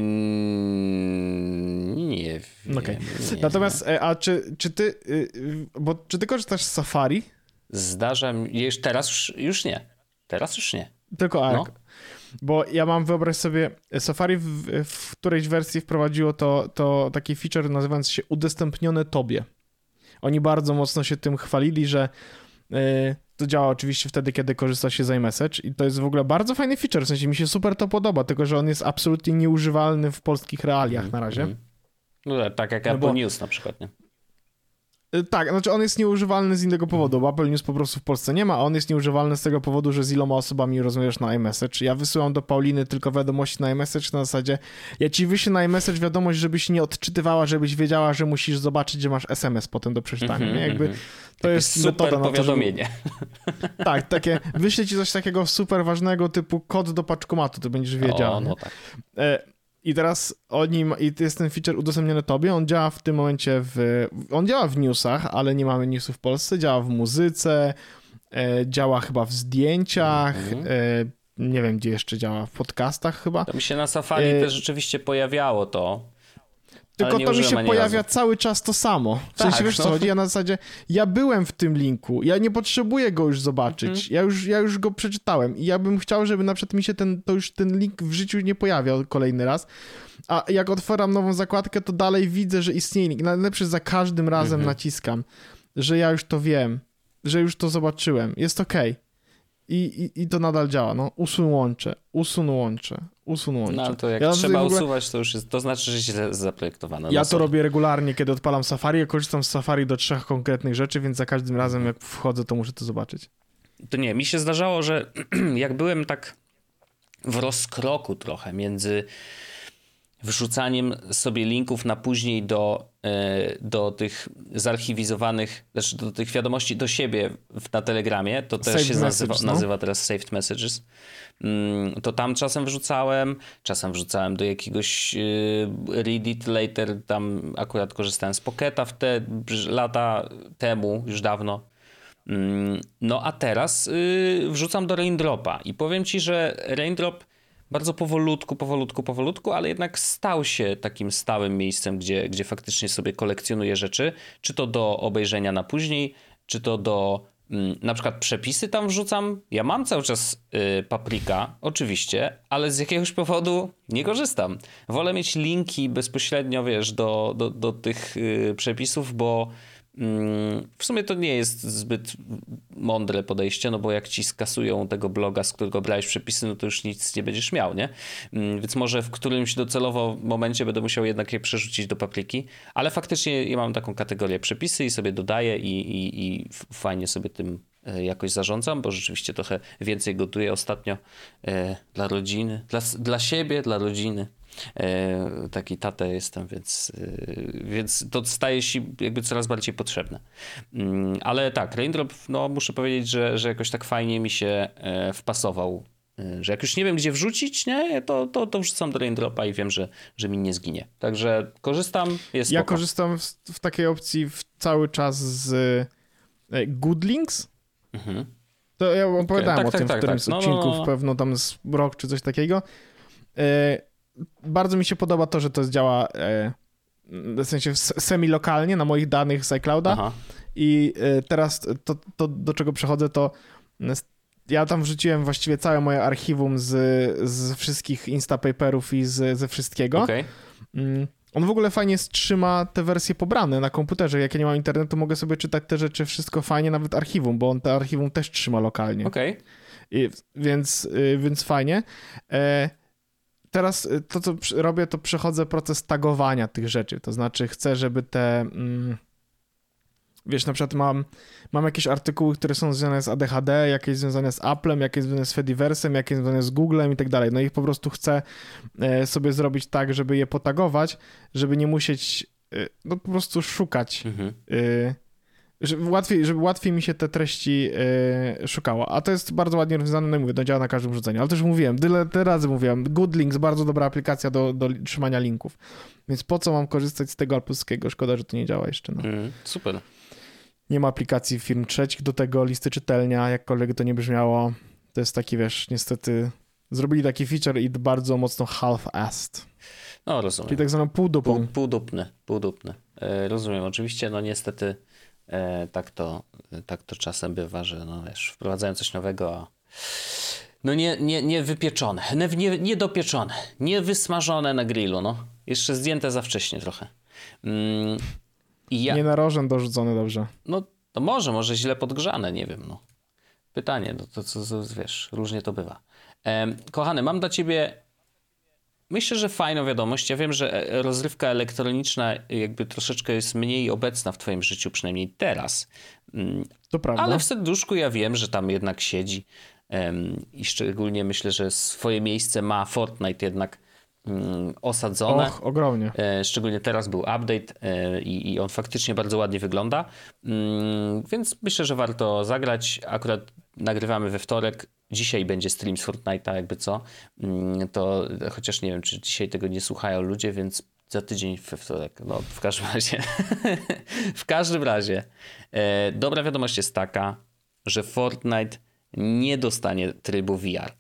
nie wiem.
Okay.
Nie.
Natomiast, a czy, czy ty, bo czy ty korzystasz z Safari?
Zdarza mi, już teraz już, już nie. Teraz już nie.
Tylko Ark.
No.
Bo ja mam, wyobraź sobie, Safari w, w którejś wersji wprowadziło to, to taki feature nazywający się udostępnione tobie. Oni bardzo mocno się tym chwalili, że yy, to działa oczywiście wtedy, kiedy korzysta się z iMessage i to jest w ogóle bardzo fajny feature, w sensie mi się super to podoba, tylko że on jest absolutnie nieużywalny w polskich realiach mm, na razie. Mm.
No tak jak
no
Apple
bo...
News na przykład, nie?
Tak, znaczy on jest nieużywalny z innego powodu, bo Apple News po prostu w Polsce nie ma, a on jest nieużywalny z tego powodu, że z iloma osobami rozmawiasz na iMessage. Ja wysyłam do Pauliny tylko wiadomości na iMessage na zasadzie, ja ci wyślę na iMessage wiadomość, żebyś nie odczytywała, żebyś wiedziała, że musisz zobaczyć, że masz es em es potem do przeczytania. Mm-hmm, Jakby to
takie
jest
super
metoda na
powiadomienie.
To, żeby... Tak, takie, wyślę ci coś takiego super ważnego typu kod do paczkomatu, to będziesz wiedziała.
O, no tak.
E- I teraz oni, i to jest ten feature udostępniony tobie, on działa w tym momencie w, on działa w newsach, ale nie mamy newsów w Polsce, działa w muzyce, e, działa chyba w zdjęciach, mm-hmm. e, nie wiem gdzie jeszcze działa, w podcastach chyba.
To mi się na Safari e... też rzeczywiście pojawiało to.
Tylko to mi się pojawia razu. cały czas to samo. W sensie, tak, wiesz no. co chodzi? Ja na zasadzie, ja byłem w tym linku, ja nie potrzebuję go już zobaczyć, mm. ja, już, ja już go przeczytałem i ja bym chciał, żeby na przykład mi się ten, to już ten link w życiu nie pojawiał kolejny raz, a jak otwieram nową zakładkę, to dalej widzę, że istnieje link. Najlepszy za każdym razem mm-hmm. naciskam, że ja już to wiem, że już to zobaczyłem, jest okej. Okay. I, i, I to nadal działa, no. Usuń łącze, usuń łącze, usuń łącze.
No ale to jak ja trzeba ogóle... usuwać, to już jest, to znaczy, że źle zaprojektowane.
Ja to robię regularnie, kiedy odpalam Safari, ja korzystam z Safari do trzech konkretnych rzeczy, więc za każdym razem jak wchodzę, to muszę to zobaczyć.
To nie, mi się zdarzało, że jak byłem tak w rozkroku trochę między wrzucaniem sobie linków na później do, do tych zarchiwizowanych, znaczy do tych wiadomości do siebie na Telegramie, to też saved się message, nazywa, no? nazywa teraz Saved Messages, to tam czasem wrzucałem, czasem wrzucałem do jakiegoś Read It Later, tam akurat korzystałem z Pocketa w te lata temu, już dawno. No a teraz wrzucam do Raindropa i powiem ci, że Raindrop bardzo powolutku, powolutku, powolutku, ale jednak stał się takim stałym miejscem, gdzie, gdzie faktycznie sobie kolekcjonuję rzeczy, czy to do obejrzenia na później, czy to do mm, na przykład przepisy tam wrzucam. Ja mam cały czas y, Paprika, oczywiście, ale z jakiegoś powodu nie korzystam. Wolę mieć linki bezpośrednio, wiesz, do, do, do tych y, przepisów, bo w sumie to nie jest zbyt mądre podejście, no bo jak ci skasują tego bloga, z którego brałeś przepisy, no to już nic nie będziesz miał, nie? Więc może w którymś docelowo momencie będę musiał jednak je przerzucić do Papriki, ale faktycznie ja mam taką kategorię przepisy i sobie dodaję i, i, i fajnie sobie tym jakoś zarządzam, bo rzeczywiście trochę więcej gotuję ostatnio e, dla rodziny, dla, dla siebie, dla rodziny. E, taki tatę jestem, więc, e, więc to staje się jakby coraz bardziej potrzebne. Mm, ale tak, Raindrop, no muszę powiedzieć, że, że jakoś tak fajnie mi się e, wpasował, e, że jak już nie wiem gdzie wrzucić, nie, to, to, to wrzucam do Raindropa i wiem, że, że mi nie zginie. Także korzystam, jest
Ja
spoko.
korzystam w, w takiej opcji w cały czas z e, Goodlinks. Mhm. To ja opowiadałem okay, tak, o tym tak, w którymś tak, tak. No, odcinku, no, no. pewno tam z rok czy coś takiego. E, bardzo mi się podoba to, że to działa e, w sensie semi-lokalnie na moich danych z iClouda. Aha. I e, teraz to, to, do czego przechodzę, to ja tam wrzuciłem właściwie całe moje archiwum z, z wszystkich Instapaperów i z, ze wszystkiego. Okay. Mm. On w ogóle fajnie trzyma te wersje pobrane na komputerze. Jak ja nie mam internetu, mogę sobie czytać te rzeczy, wszystko fajnie, nawet archiwum, bo on te archiwum też trzyma lokalnie.
Okej.
Okay. Więc, więc fajnie. E, teraz to, co robię, to przechodzę proces tagowania tych rzeczy, to znaczy chcę, żeby te... Mm, wiesz, na przykład mam, mam jakieś artykuły, które są związane z A D H D, jakieś związane z Applem, jakieś związane z Fediversem, jakieś związane z Googlem i tak dalej. No i po prostu chcę sobie zrobić tak, żeby je potagować, żeby nie musieć no po prostu szukać, mhm. żeby, łatwiej, żeby łatwiej mi się te treści szukało. A to jest bardzo ładnie rozwiązane, no i mówię, to działa na każdym urządzeniu. Ale też mówiłem, tyle, tyle razy mówiłem, Goodlinks, bardzo dobra aplikacja do, do trzymania linków. Więc po co mam korzystać z tego alpolskiego? Szkoda, że to nie działa jeszcze. No.
Mm, super.
Nie ma aplikacji firm trzecich do tego, listy czytelnia, jakkolwiek to nie brzmiało. To jest taki, wiesz, niestety zrobili taki feature i bardzo mocno half-assed.
No, rozumiem.
Czyli tak zwaną półdupą.
Pół, półdupny, półdupny. E, rozumiem, oczywiście, no niestety e, tak, to, tak to czasem bywa, że no wiesz, wprowadzają coś nowego, a no nie, nie, nie wypieczone, nie, nie dopieczone, nie wysmażone na grillu, no. Jeszcze zdjęte za wcześnie trochę. Mm. Ja...
Nie na rożen dorzucone dobrze.
No to może, może źle podgrzane, nie wiem, no. Pytanie, no to co, co wiesz, różnie to bywa. Ehm, kochany, mam dla ciebie, myślę, że fajną wiadomość. Ja wiem, że rozrywka elektroniczna jakby troszeczkę jest mniej obecna w twoim życiu, przynajmniej teraz.
To prawda.
Ale w serduszku ja wiem, że tam jednak siedzi um, i szczególnie myślę, że swoje miejsce ma Fortnite jednak osadzone.
Och, ogromnie.
Szczególnie teraz był update i, i on faktycznie bardzo ładnie wygląda. Więc myślę, że warto zagrać. Akurat nagrywamy we wtorek. Dzisiaj będzie stream z Fortnite'a, jakby co. To chociaż nie wiem, czy dzisiaj tego nie słuchają ludzie, więc za tydzień we wtorek. No, w każdym razie. w każdym razie. Dobra wiadomość jest taka, że Fortnite nie dostanie trybu V R.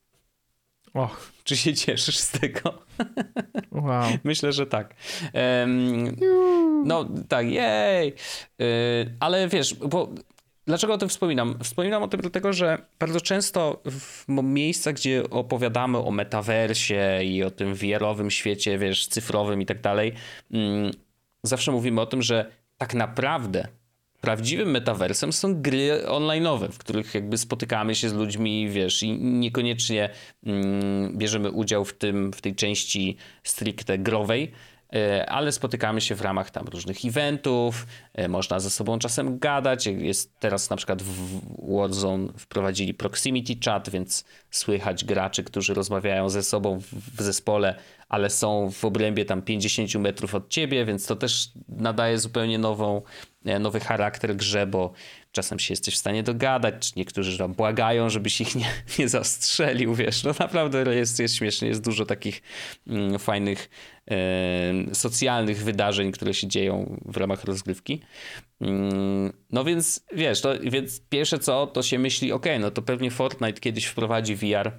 Och.
Czy się cieszysz z tego?
Wow.
Myślę, że tak. Um, no tak, jej. Yy, ale wiesz, bo dlaczego o tym wspominam? Wspominam o tym dlatego, że bardzo często w miejscach, gdzie opowiadamy o metaversie i o tym V R-owym świecie, wiesz, cyfrowym i tak dalej, zawsze mówimy o tym, że tak naprawdę prawdziwym metaversem są gry online'owe, w których jakby spotykamy się z ludźmi, wiesz, i niekoniecznie mm, bierzemy udział w tym, w tej części stricte growej, ale spotykamy się w ramach tam różnych eventów, można ze sobą czasem gadać. Jest teraz na przykład w Warzone wprowadzili proximity chat, więc słychać graczy, którzy rozmawiają ze sobą w zespole, ale są w obrębie tam pięćdziesiąt metrów od ciebie, więc to też nadaje zupełnie nową, nowy charakter grze, bo czasem się jesteś w stanie dogadać, czy niektórzy tam błagają, żebyś ich nie, nie zastrzelił, wiesz, no naprawdę jest, jest śmiesznie, jest dużo takich mm, fajnych e, socjalnych wydarzeń, które się dzieją w ramach rozgrywki. Mm, no więc, wiesz, to, więc pierwsze co, to się myśli, ok, no to pewnie Fortnite kiedyś wprowadzi V R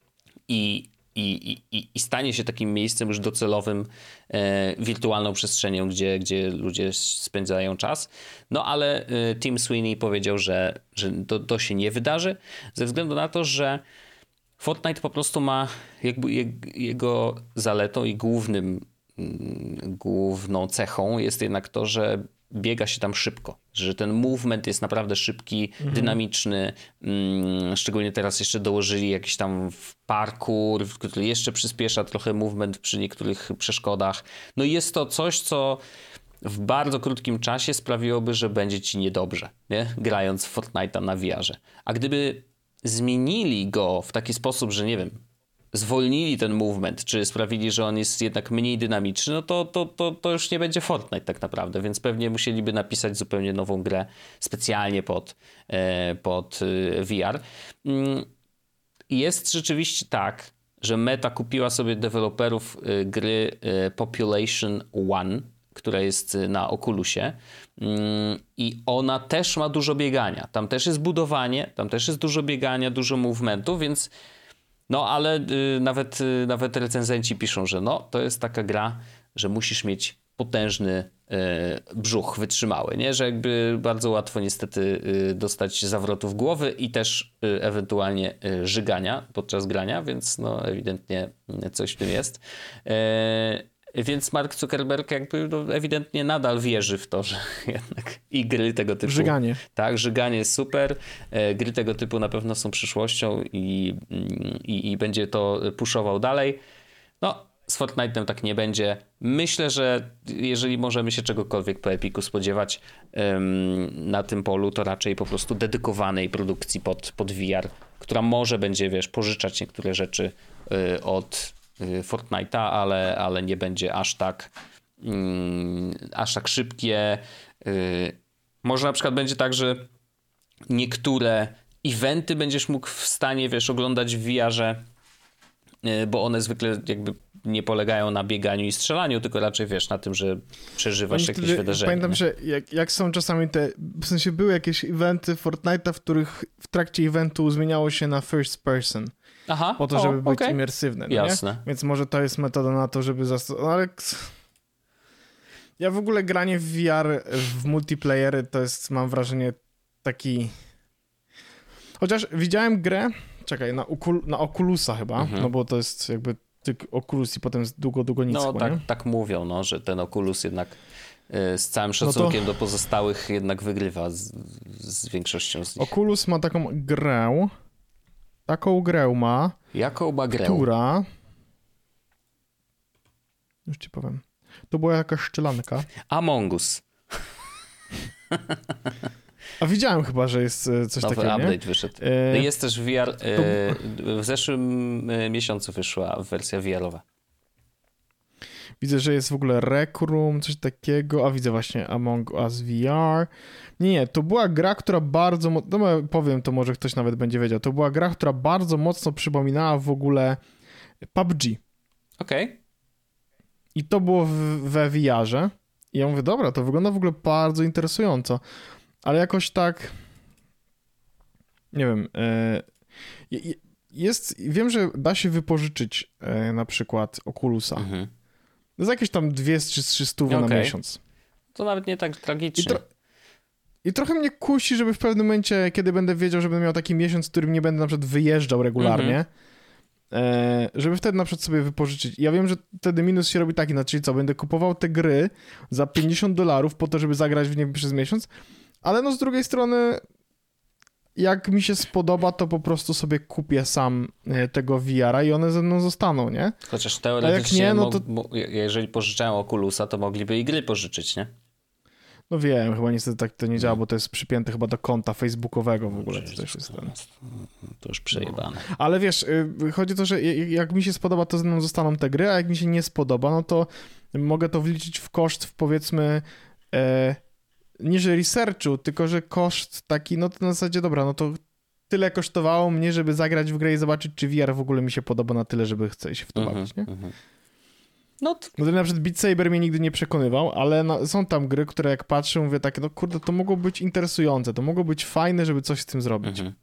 i I, i, i stanie się takim miejscem już docelowym, e, wirtualną przestrzenią, gdzie, gdzie ludzie spędzają czas. No ale e, Tim Sweeney powiedział, że, że to, to się nie wydarzy, ze względu na to, że Fortnite po prostu ma jakby je, jego zaletą i głównym, mm, główną cechą jest jednak to, że biega się tam szybko, że ten movement jest naprawdę szybki, mhm. dynamiczny, mm, szczególnie teraz jeszcze dołożyli jakiś tam parkour, który jeszcze przyspiesza trochę movement przy niektórych przeszkodach. No i jest to coś, co w bardzo krótkim czasie sprawiłoby, że będzie ci niedobrze, nie? Grając w Fortnite'a na V R-ze. A gdyby zmienili go w taki sposób, że nie wiem, zwolnili ten movement, czy sprawili, że on jest jednak mniej dynamiczny, no to, to, to, to już nie będzie Fortnite tak naprawdę, więc pewnie musieliby napisać zupełnie nową grę specjalnie pod, pod V R. Jest rzeczywiście tak, że Meta kupiła sobie deweloperów gry Population One, która jest na Oculusie i ona też ma dużo biegania. Tam też jest budowanie, tam też jest dużo biegania, dużo movementu, więc no ale y, nawet, y, nawet recenzenci piszą, że no to jest taka gra, że musisz mieć potężny y, brzuch wytrzymały, nie? Że jakby bardzo łatwo niestety y, dostać zawrotów głowy i też y, ewentualnie y, żygania podczas grania, więc no ewidentnie coś w tym jest. Y, Więc Mark Zuckerberg jakby no, ewidentnie nadal wierzy w to, że jednak i gry tego typu...
Żyganie.
Tak, żyganie jest super. E, gry tego typu na pewno są przyszłością i, i, i będzie to puszował dalej. No, z Fortnite'em tak nie będzie. Myślę, że jeżeli możemy się czegokolwiek po Epiku spodziewać ym, na tym polu, to raczej po prostu dedykowanej produkcji pod, pod V R, która może będzie, wiesz, pożyczać niektóre rzeczy y, od y, Fortnite'a, ale, ale nie będzie aż tak y, aż tak szybkie. Y, może na przykład będzie tak, że niektóre eventy będziesz mógł w stanie, wiesz, oglądać w V R-ze, bo one zwykle jakby nie polegają na bieganiu i strzelaniu, tylko raczej, wiesz, na tym, że przeżywasz
Oni
jakieś
wtedy,
wydarzenie.
Pamiętam,
nie?
że jak, jak są czasami te, w sensie były jakieś eventy Fortnite'a, w których w trakcie eventu zmieniało się na first person.
Aha,
Po to,
o,
żeby być
okay.
imersywne. No
Jasne.
Nie? Więc może to jest metoda na to, żeby zastosować. No ale ja w ogóle granie w V R, w multiplayery to jest, mam wrażenie, taki... Chociaż widziałem grę, czekaj, na, Ukul... na Oculusa chyba, mhm. no bo to jest jakby tylko Oculus i potem jest długo, długo nic.
No
chyba,
tak,
nie?
tak mówią, no, że ten Oculus jednak y, z całym szacunkiem no to... do pozostałych jednak wygrywa z, z większością z nich.
Oculus ma taką grę, taką grę ma,
Jaką ma grę?
która... Już ci powiem. To była jakaś szczelanka.
Among Us.
A widziałem chyba, że jest coś
Nowy
takiego,
update
nie?
wyszedł.
E...
Jest też V R. E... W zeszłym miesiącu wyszła wersja V R-owa.
Widzę, że jest w ogóle Rec Room, coś takiego, a widzę właśnie Among Us V R. Nie, nie, to była gra, która bardzo, mo- no powiem, to może ktoś nawet będzie wiedział, to była gra, która bardzo mocno przypominała w ogóle P U B G.
Okej. Okay.
I to było w, we V R-ze. I ja mówię, dobra, to wygląda w ogóle bardzo interesująco. Ale jakoś tak, nie wiem, e, jest, wiem, że da się wypożyczyć e, na przykład Oculusa. Mhm. Za jakieś tam dwie czy trzy stówy okay. na miesiąc.
To nawet nie tak tragicznie.
I, tro- I trochę mnie kusi, żeby w pewnym momencie, kiedy będę wiedział, że będę miał taki miesiąc, w którym nie będę na przykład wyjeżdżał regularnie, mhm. e, żeby wtedy na przykład sobie wypożyczyć. Ja wiem, że wtedy minus się robi taki, znaczy co, będę kupował te gry za pięćdziesiąt dolarów po to, żeby zagrać w nie przez miesiąc, ale no z drugiej strony, jak mi się spodoba, to po prostu sobie kupię sam tego V R-a i one ze mną zostaną, nie?
Chociaż teoretycznie,
nie, no to...
mo- jeżeli pożyczają Oculusa, to mogliby i gry pożyczyć, nie?
No wiem, chyba niestety tak to nie działa, bo to jest przypięte chyba do konta facebookowego w ogóle.
To,
to, też jest ten...
to już przejebane.
No. Ale wiesz, chodzi o to, że jak mi się spodoba, to ze mną zostaną te gry, a jak mi się nie spodoba, no to mogę to wliczyć w koszt, w powiedzmy... E... nie że researchu, tylko że koszt taki, no to na zasadzie dobra, no to tyle kosztowało mnie, żeby zagrać w grę i zobaczyć, czy V R w ogóle mi się podoba na tyle, żeby chce się w to bawić, nie? Uh-huh. No to... no to na przykład Beat Saber mnie nigdy nie przekonywał, ale no, są tam gry, które jak patrzę, mówię takie, no kurde, to mogło być interesujące, to mogło być fajne, żeby coś z tym zrobić. Uh-huh.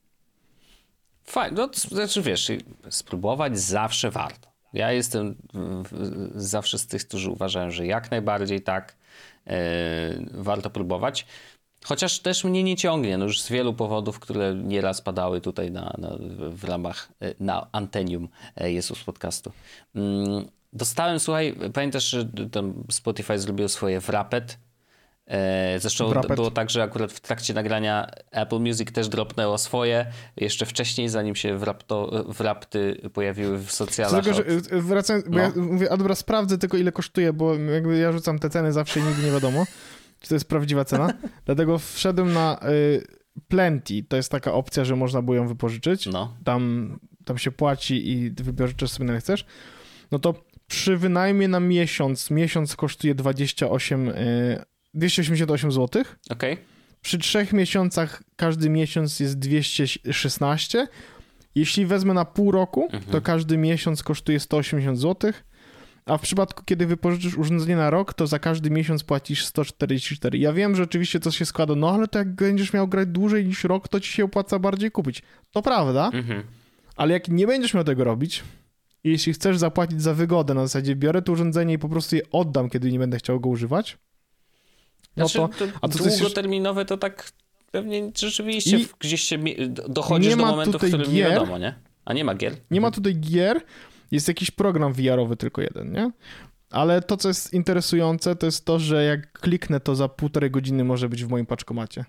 Fajne, no to znaczy wiesz, spróbować zawsze warto. Ja jestem zawsze z tych, którzy uważają, że jak najbardziej tak, Yy, warto próbować. Chociaż też mnie nie ciągnie, no już z wielu powodów, które nieraz padały tutaj na, na, w ramach, na antenium Jesus podcastu. Yy, dostałem, słuchaj, pamiętasz, że tam Spotify zrobił swoje Wrapped? Yy, zresztą Wrapped. Było tak, że akurat w trakcie nagrania Apple Music też dropnęło swoje, jeszcze wcześniej, zanim się wrapto, wrapty pojawiły w socjalach.
Tylko, że wracając, no. bo ja mówię, a dobra, sprawdzę tylko ile kosztuje, bo jakby ja rzucam te ceny zawsze i nigdy nie wiadomo, czy to jest prawdziwa cena. Dlatego wszedłem na y, Plenty, to jest taka opcja, że można było ją wypożyczyć. No. Tam, tam się płaci i wypożyczysz sobie, ile chcesz. No to przy wynajmie na miesiąc, miesiąc kosztuje dwadzieścia osiem, y, dwieście osiemdziesiąt osiem złotych.
Okej. Okay.
Przy trzech miesiącach każdy miesiąc jest dwieście szesnaście. Jeśli wezmę na pół roku, mhm. to każdy miesiąc kosztuje sto osiemdziesiąt złotych, a w przypadku, kiedy wypożyczysz urządzenie na rok, to za każdy miesiąc płacisz sto czterdzieści cztery. Ja wiem, że oczywiście to się składa, no ale to jak będziesz miał grać dłużej niż rok, to ci się opłaca bardziej kupić. To prawda, mhm. ale jak nie będziesz miał tego robić, i jeśli chcesz zapłacić za wygodę, na zasadzie biorę to urządzenie i po prostu je oddam, kiedy nie będę chciał go używać, no
znaczy, to, a to długoterminowe to tak pewnie rzeczywiście I gdzieś się dochodzisz do momentu, w którym gier, nie wiadomo, nie? A nie ma gier?
Nie mhm. ma tutaj gier, jest jakiś program V R-owy tylko jeden, nie? Ale to, co jest interesujące, to jest to, że jak kliknę, to za półtorej godziny może być w moim paczkomacie.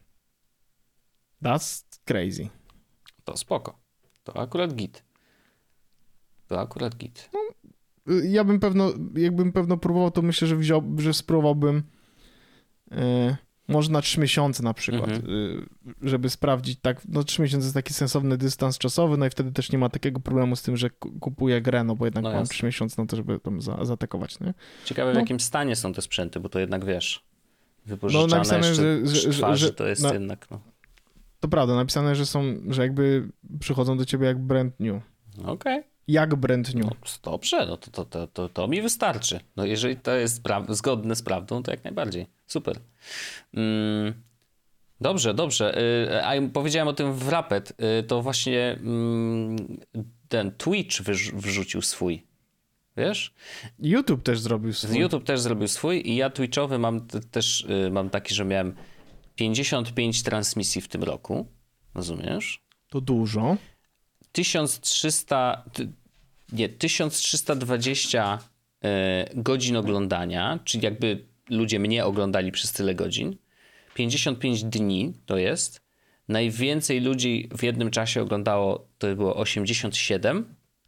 That's crazy.
To spoko. To akurat git. To akurat git.
No, ja bym pewno, jakbym pewno próbował, to myślę, że wziął, że spróbowałbym e, może na trzy miesiące na przykład, mm-hmm. e, żeby sprawdzić tak, no trzy miesiące jest taki sensowny dystans czasowy, no i wtedy też nie ma takiego problemu z tym, że kupuję grę, no bo jednak no mam trzy miesiące na to, żeby tam za, zaatakować, nie?
Ciekawe,
no.
w jakim stanie są te sprzęty, bo to jednak wiesz, wypożyczane
no, napisane,
jeszcze
że, że,
twarzy,
że,
to jest
no,
jednak, no.
To prawda, napisane, że są, że jakby przychodzą do ciebie jak brand new.
Okej. Okay.
Jak brand new.
No, dobrze, no to, to, to, to, to mi wystarczy. No jeżeli to jest pra- zgodne z prawdą, to jak najbardziej. Super. Mm, dobrze, dobrze. Y, a powiedziałem o tym w Rapid, y, to właśnie y, ten Twitch wyrz- wrzucił swój. Wiesz?
YouTube też zrobił swój.
YouTube też zrobił swój i ja Twitchowy mam t- też y, mam taki, że miałem pięćdziesiąt pięć transmisji w tym roku. Rozumiesz?
To dużo.
tysiąc trzysta, nie, tysiąc trzysta dwadzieścia y, godzin oglądania, czyli jakby ludzie mnie oglądali przez tyle godzin. pięćdziesiąt pięć dni to jest. Najwięcej ludzi w jednym czasie oglądało, to było osiemdziesiąt siedem.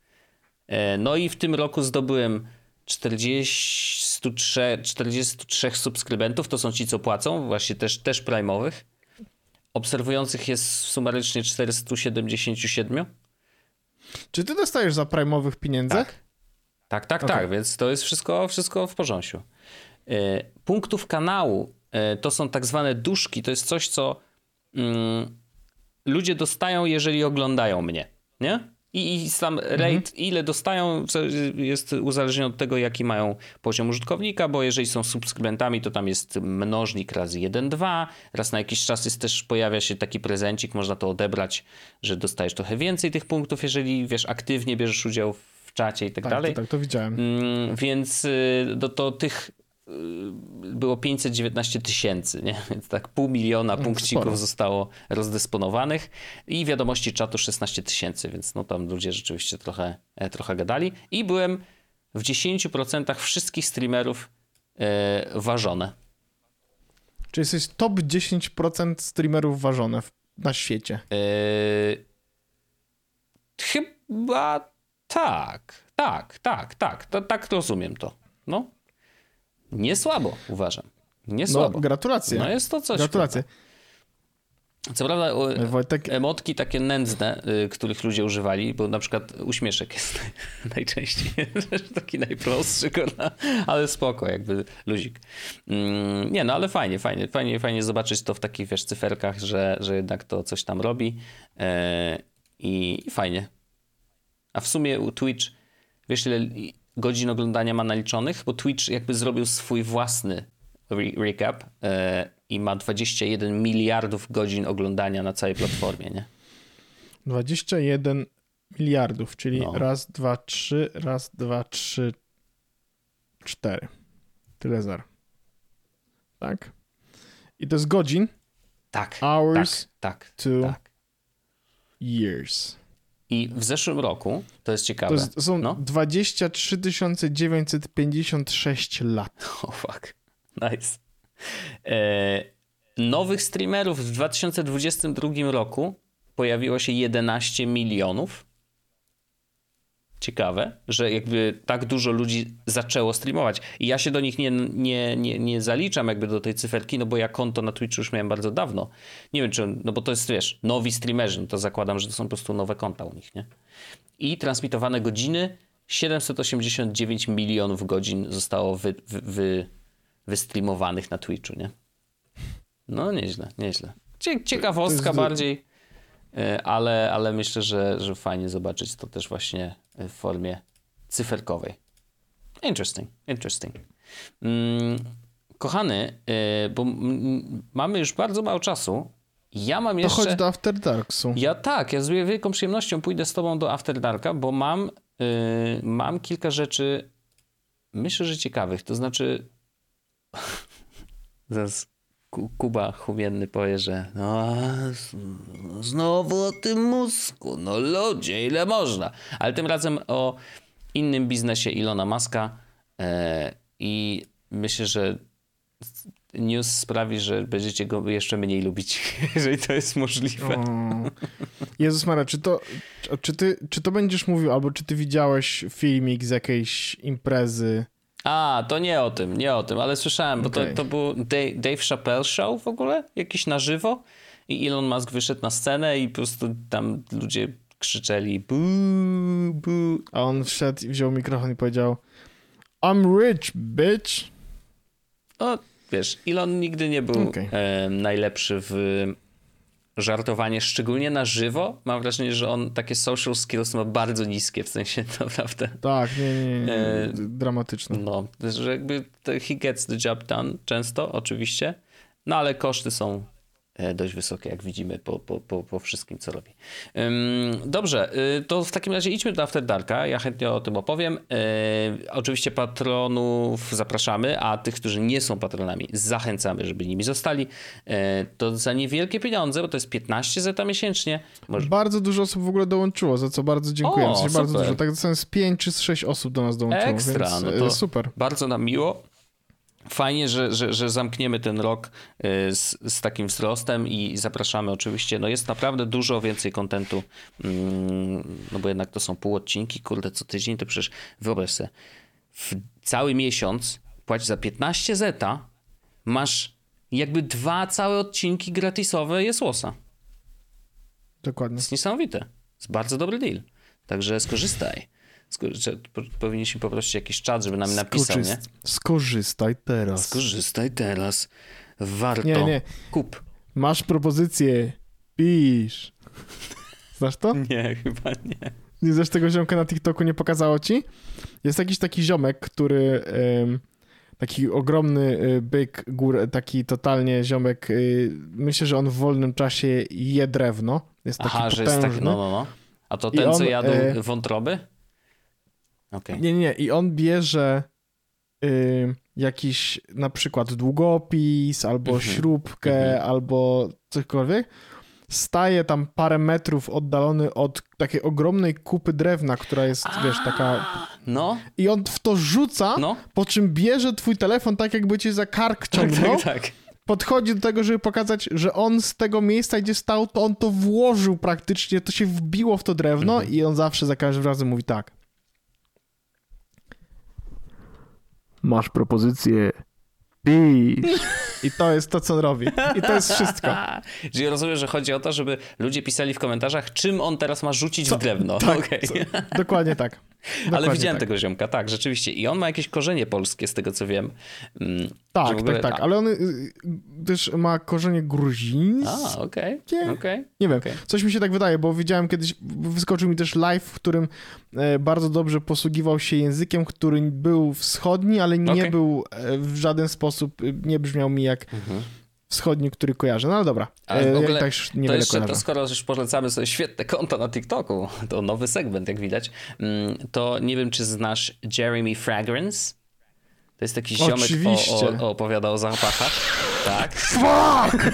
Y, no i w tym roku zdobyłem czterdzieści trzy, czterdzieści trzy subskrybentów, to są ci, co płacą, właśnie też, też prime'owych. Obserwujących jest sumarycznie czterysta siedemdziesiąt siedem.
Czy ty dostajesz za prime'owych pieniędzy?
Tak, tak, tak, okay. tak, więc to jest wszystko, wszystko w porządku. Y, punktów kanału y, to są tak zwane duszki, to jest coś, co y, ludzie dostają, jeżeli oglądają mnie, nie? I, i sam rate, mhm. ile dostają, jest uzależnione od tego, jaki mają poziom użytkownika, bo jeżeli są subskrybentami, to tam jest mnożnik razy jeden, dwa. Raz na jakiś czas jest też, pojawia się taki prezencik, można to odebrać, że dostajesz trochę więcej tych punktów, jeżeli wiesz, aktywnie bierzesz udział w czacie i tak, tak dalej.
To, tak, to widziałem.
Mm, więc to, to tych było pięćset dziewiętnaście tysięcy, nie? Więc tak pół miliona punkcików Sporo. zostało rozdysponowanych i wiadomości czatu szesnaście tysięcy, więc no tam ludzie rzeczywiście trochę, trochę gadali i byłem w dziesięć procent wszystkich streamerów e, ważone.
Czy jesteś top dziesięć procent streamerów ważone w, na świecie? E,
chyba tak, tak, tak, tak, to, tak rozumiem to, no. Nie słabo, uważam. Nie słabo.
No, gratulacje.
No jest to coś.
Gratulacje.
Prawda? Co prawda
Wojtek...
emotki takie nędzne, y, których ludzie używali, bo na przykład uśmieszek jest najczęściej taki najprostszy, ale spoko, jakby luzik. Mm, nie, no ale fajnie, fajnie, fajnie, fajnie zobaczyć to w takich, wiesz, cyferkach, że, że jednak to coś tam robi e, i, i fajnie. A w sumie Twitch, wiesz ile godzin oglądania ma naliczonych, bo Twitch jakby zrobił swój własny re- recap e, i ma dwadzieścia jeden miliardów godzin oglądania na całej platformie, nie?
dwadzieścia jeden miliardów, czyli
no.
raz, dwa, trzy, raz, dwa, trzy, cztery. Tyle zer. Tak? I to jest godzin?
Tak.
Hours
tak, tak,
to
tak.
years.
I w zeszłym roku, to jest ciekawe.
To jest, są
no?
dwadzieścia trzy tysiące dziewięćset pięćdziesiąt sześć lat.
Oh fuck. Nice. E, nowych streamerów w dwa tysiące dwudziestym drugim roku pojawiło się jedenaście milionów. Ciekawe, że jakby tak dużo ludzi zaczęło streamować. I ja się do nich nie, nie, nie, nie zaliczam jakby do tej cyferki, no bo ja konto na Twitchu już miałem bardzo dawno. Nie wiem, czy, no bo to jest, wiesz, nowi streamerzy, no to zakładam, że to są po prostu nowe konta u nich, nie? I transmitowane godziny, siedemset osiemdziesiąt dziewięć milionów godzin zostało wy, wy, wy, wystreamowanych na Twitchu, nie? No nieźle, nieźle. Ciekawostka jest... bardziej, ale, ale myślę, że, że fajnie zobaczyć to też właśnie w formie cyferkowej. Interesting, interesting. Mm, kochany, bo m- mamy już bardzo mało czasu. Ja mam jeszcze...
To chodź do After Darksu.
Ja tak, ja z wielką przyjemnością pójdę z tobą do After Darka, bo mam, yy, mam kilka rzeczy, myślę, że ciekawych. To znaczy... Zaraz Kuba Humienny powie, że no, znowu o tym mózgu, no ludzie, ile można. Ale tym razem o innym biznesie Ilona Muska e, i myślę, że news sprawi, że będziecie go jeszcze mniej lubić, jeżeli to jest możliwe.
O. Jezus Maria, czy to, czy, ty, czy to będziesz mówił, albo czy ty widziałeś filmik z jakiejś imprezy?
A, to nie o tym, nie o tym, ale słyszałem, bo
Okay.
to, to był Dave, Dave Chappelle Show w ogóle, jakiś na żywo i Elon Musk wyszedł na scenę i po prostu tam ludzie krzyczeli buu, buu.
A on wszedł i wziął mikrofon i powiedział I'm rich, bitch.
No, wiesz, Elon nigdy nie był
Okay.
e, najlepszy w żartowanie, szczególnie na żywo. Mam wrażenie, że on takie social skills ma bardzo niskie, w sensie naprawdę.
Tak, nie, nie, nie.
E,
dramatyczne.
No, że jakby he gets the job done często, oczywiście, no ale koszty są dość wysokie, jak widzimy po, po, po, po wszystkim, co robi. Ym, dobrze, y, to w takim razie idźmy do After Darka, ja chętnie o tym opowiem. Y, oczywiście patronów zapraszamy, a tych, którzy nie są patronami, zachęcamy, żeby nimi zostali. Y, to za niewielkie pieniądze, bo to jest piętnaście zeta miesięcznie. Może...
Bardzo dużo osób w ogóle dołączyło, za co bardzo dziękuję.
O,
w sensie bardzo
super.
dużo, tak z pięć czy z sześć osób do nas dołączyło,
Ekstra,
więc
no to
super.
Bardzo nam miło. Fajnie, że, że, że zamkniemy ten rok z, z takim wzrostem i zapraszamy oczywiście. No jest naprawdę dużo więcej kontentu, no bo jednak to są półodcinki, kurde, co tydzień, to przecież wyobraź sobie, w cały miesiąc płać za piętnaście zeta, masz jakby dwa całe odcinki gratisowe Jesłosa.
Dokładnie.
To jest niesamowite. To jest bardzo dobry deal. Także skorzystaj. Skor- powinniśmy poprosić jakiś czat, żeby nam napisał,
Skorzyst-
nie?
Skorzystaj teraz.
Skorzystaj teraz. Warto.
Nie, nie.
Kup.
Masz propozycję. Pisz. Znasz to?
Nie, chyba nie.
Nie znasz tego ziomka na TikToku, nie pokazało ci? Jest jakiś taki ziomek, który... Ym, taki ogromny y, byk, gór, taki totalnie ziomek. Y, myślę, że on w wolnym czasie je drewno. Jest taki
Aha,
potężny.
że jest tak, no, no, no. A to
I
ten,
on,
co jadł
e...
wątroby? Okay.
Nie, nie. I on bierze y, jakiś na przykład długopis, albo
Mhm.
śrubkę,
Mhm.
albo cokolwiek. Staje tam parę metrów oddalony od takiej ogromnej kupy drewna, która jest,
A,
wiesz, taka...
No.
I on w to rzuca,
No.
po czym bierze twój telefon tak, jakby cię za kark ciągnął.
Tak, tak.
Podchodzi do tego, żeby pokazać, że on z tego miejsca, gdzie stał, to on to włożył praktycznie, to się wbiło w to drewno
Mhm.
i on zawsze za każdym razem mówi tak. Masz propozycję. Pisz. I to jest to, co on robi. I to jest wszystko.
Czyli rozumiem, że chodzi o to, żeby ludzie pisali w komentarzach, czym on teraz ma rzucić
Co?
w drewno.
Tak,
Okay.
co? Dokładnie tak. Dokładnie
Ale widziałem
tak.
tego ziomka, tak, rzeczywiście. I on ma jakieś korzenie polskie, z tego co wiem. Mm,
Tak,
że w ogóle-
tak, tak.
a-
Ale on y, też ma korzenie gruzińskie.
A, okej,
Nie.
okej.
Nie wiem,
Okej.
coś mi się tak wydaje, bo widziałem kiedyś, wyskoczył mi też live, w którym e, bardzo dobrze posługiwał się językiem, który był wschodni, ale nie
Okej.
był e, w żaden sposób, e, nie brzmiał mi jak
Mhm.
wschodni, który kojarzę. No ale dobra,
Ale
e,
w
ja
ogóle
tak już
To
niewiele
jeszcze,
kojarzę.
to skoro już polecamy sobie świetne konto na TikToku, to nowy segment, jak widać, mm, to nie wiem, czy znasz Jeremy Fragrance? To jest taki ziomek,
Oczywiście.
o, o, opowiada o zapachach. Tak.
Fuck!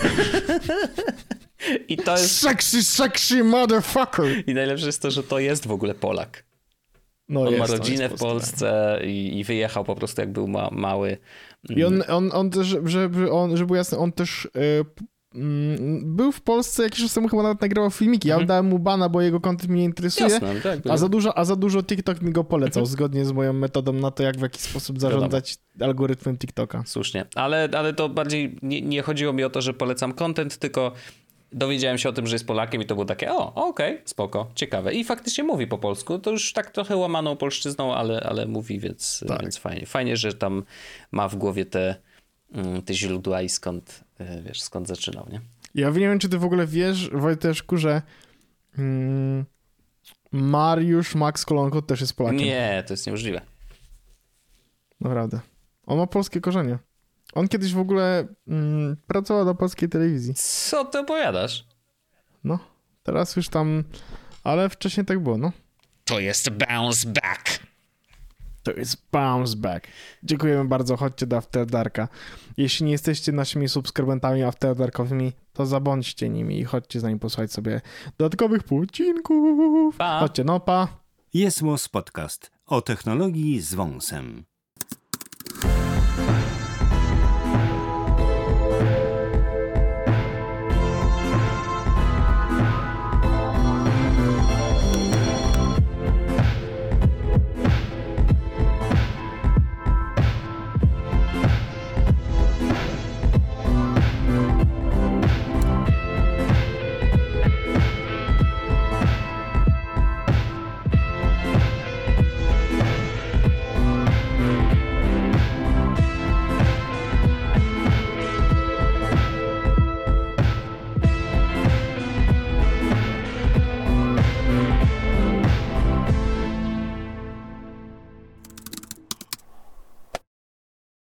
I to jest...
Sexy, sexy motherfucker!
I najlepsze jest to, że to jest w ogóle Polak.
No
On
jest,
ma
on
rodzinę
jest
w Polsce i, i wyjechał po prostu, jak był ma, mały.
I on, on, on też, żeby, on, żeby było jasne, on też e, p- mm, był w Polsce jakiś czas temu, chyba nawet nagrywał filmiki. Ja
Mhm.
dałem mu bana, bo jego content mnie interesuje.
Jasne, tak.
A za dużo, a za dużo TikTok mi go polecał, zgodnie z moją metodą na to, jak w jaki sposób zarządzać algorytmem TikToka.
Słusznie, ale, ale to bardziej nie, nie chodziło mi o to, że polecam content, tylko dowiedziałem się o tym, że jest Polakiem i to było takie, o, okej, okay, spoko, ciekawe. I faktycznie mówi po polsku, to już tak trochę łamaną polszczyzną, ale, ale mówi, więc,
Tak.
więc fajnie. Fajnie, że tam ma w głowie te, te źródła i skąd, wiesz, skąd zaczynał, nie?
Ja nie wiem, czy ty w ogóle wiesz, Wojteczku, że mm, Mariusz Max Kolonko też jest Polakiem.
Nie, to jest niemożliwe.
Naprawdę. On ma polskie korzenie. On kiedyś w ogóle mm, pracował na polskiej telewizji.
Co ty opowiadasz?
No, teraz już tam, ale wcześniej tak było, no.
To jest bounce back.
To jest bounce back. Dziękujemy bardzo, chodźcie do After Darka. Jeśli nie jesteście naszymi subskrybentami After Darkowymi, to zabądźcie nimi i chodźcie z nami posłuchać sobie dodatkowych półcinków.
Pa.
Chodźcie, no pa.
Jest Podcast o technologii z wąsem.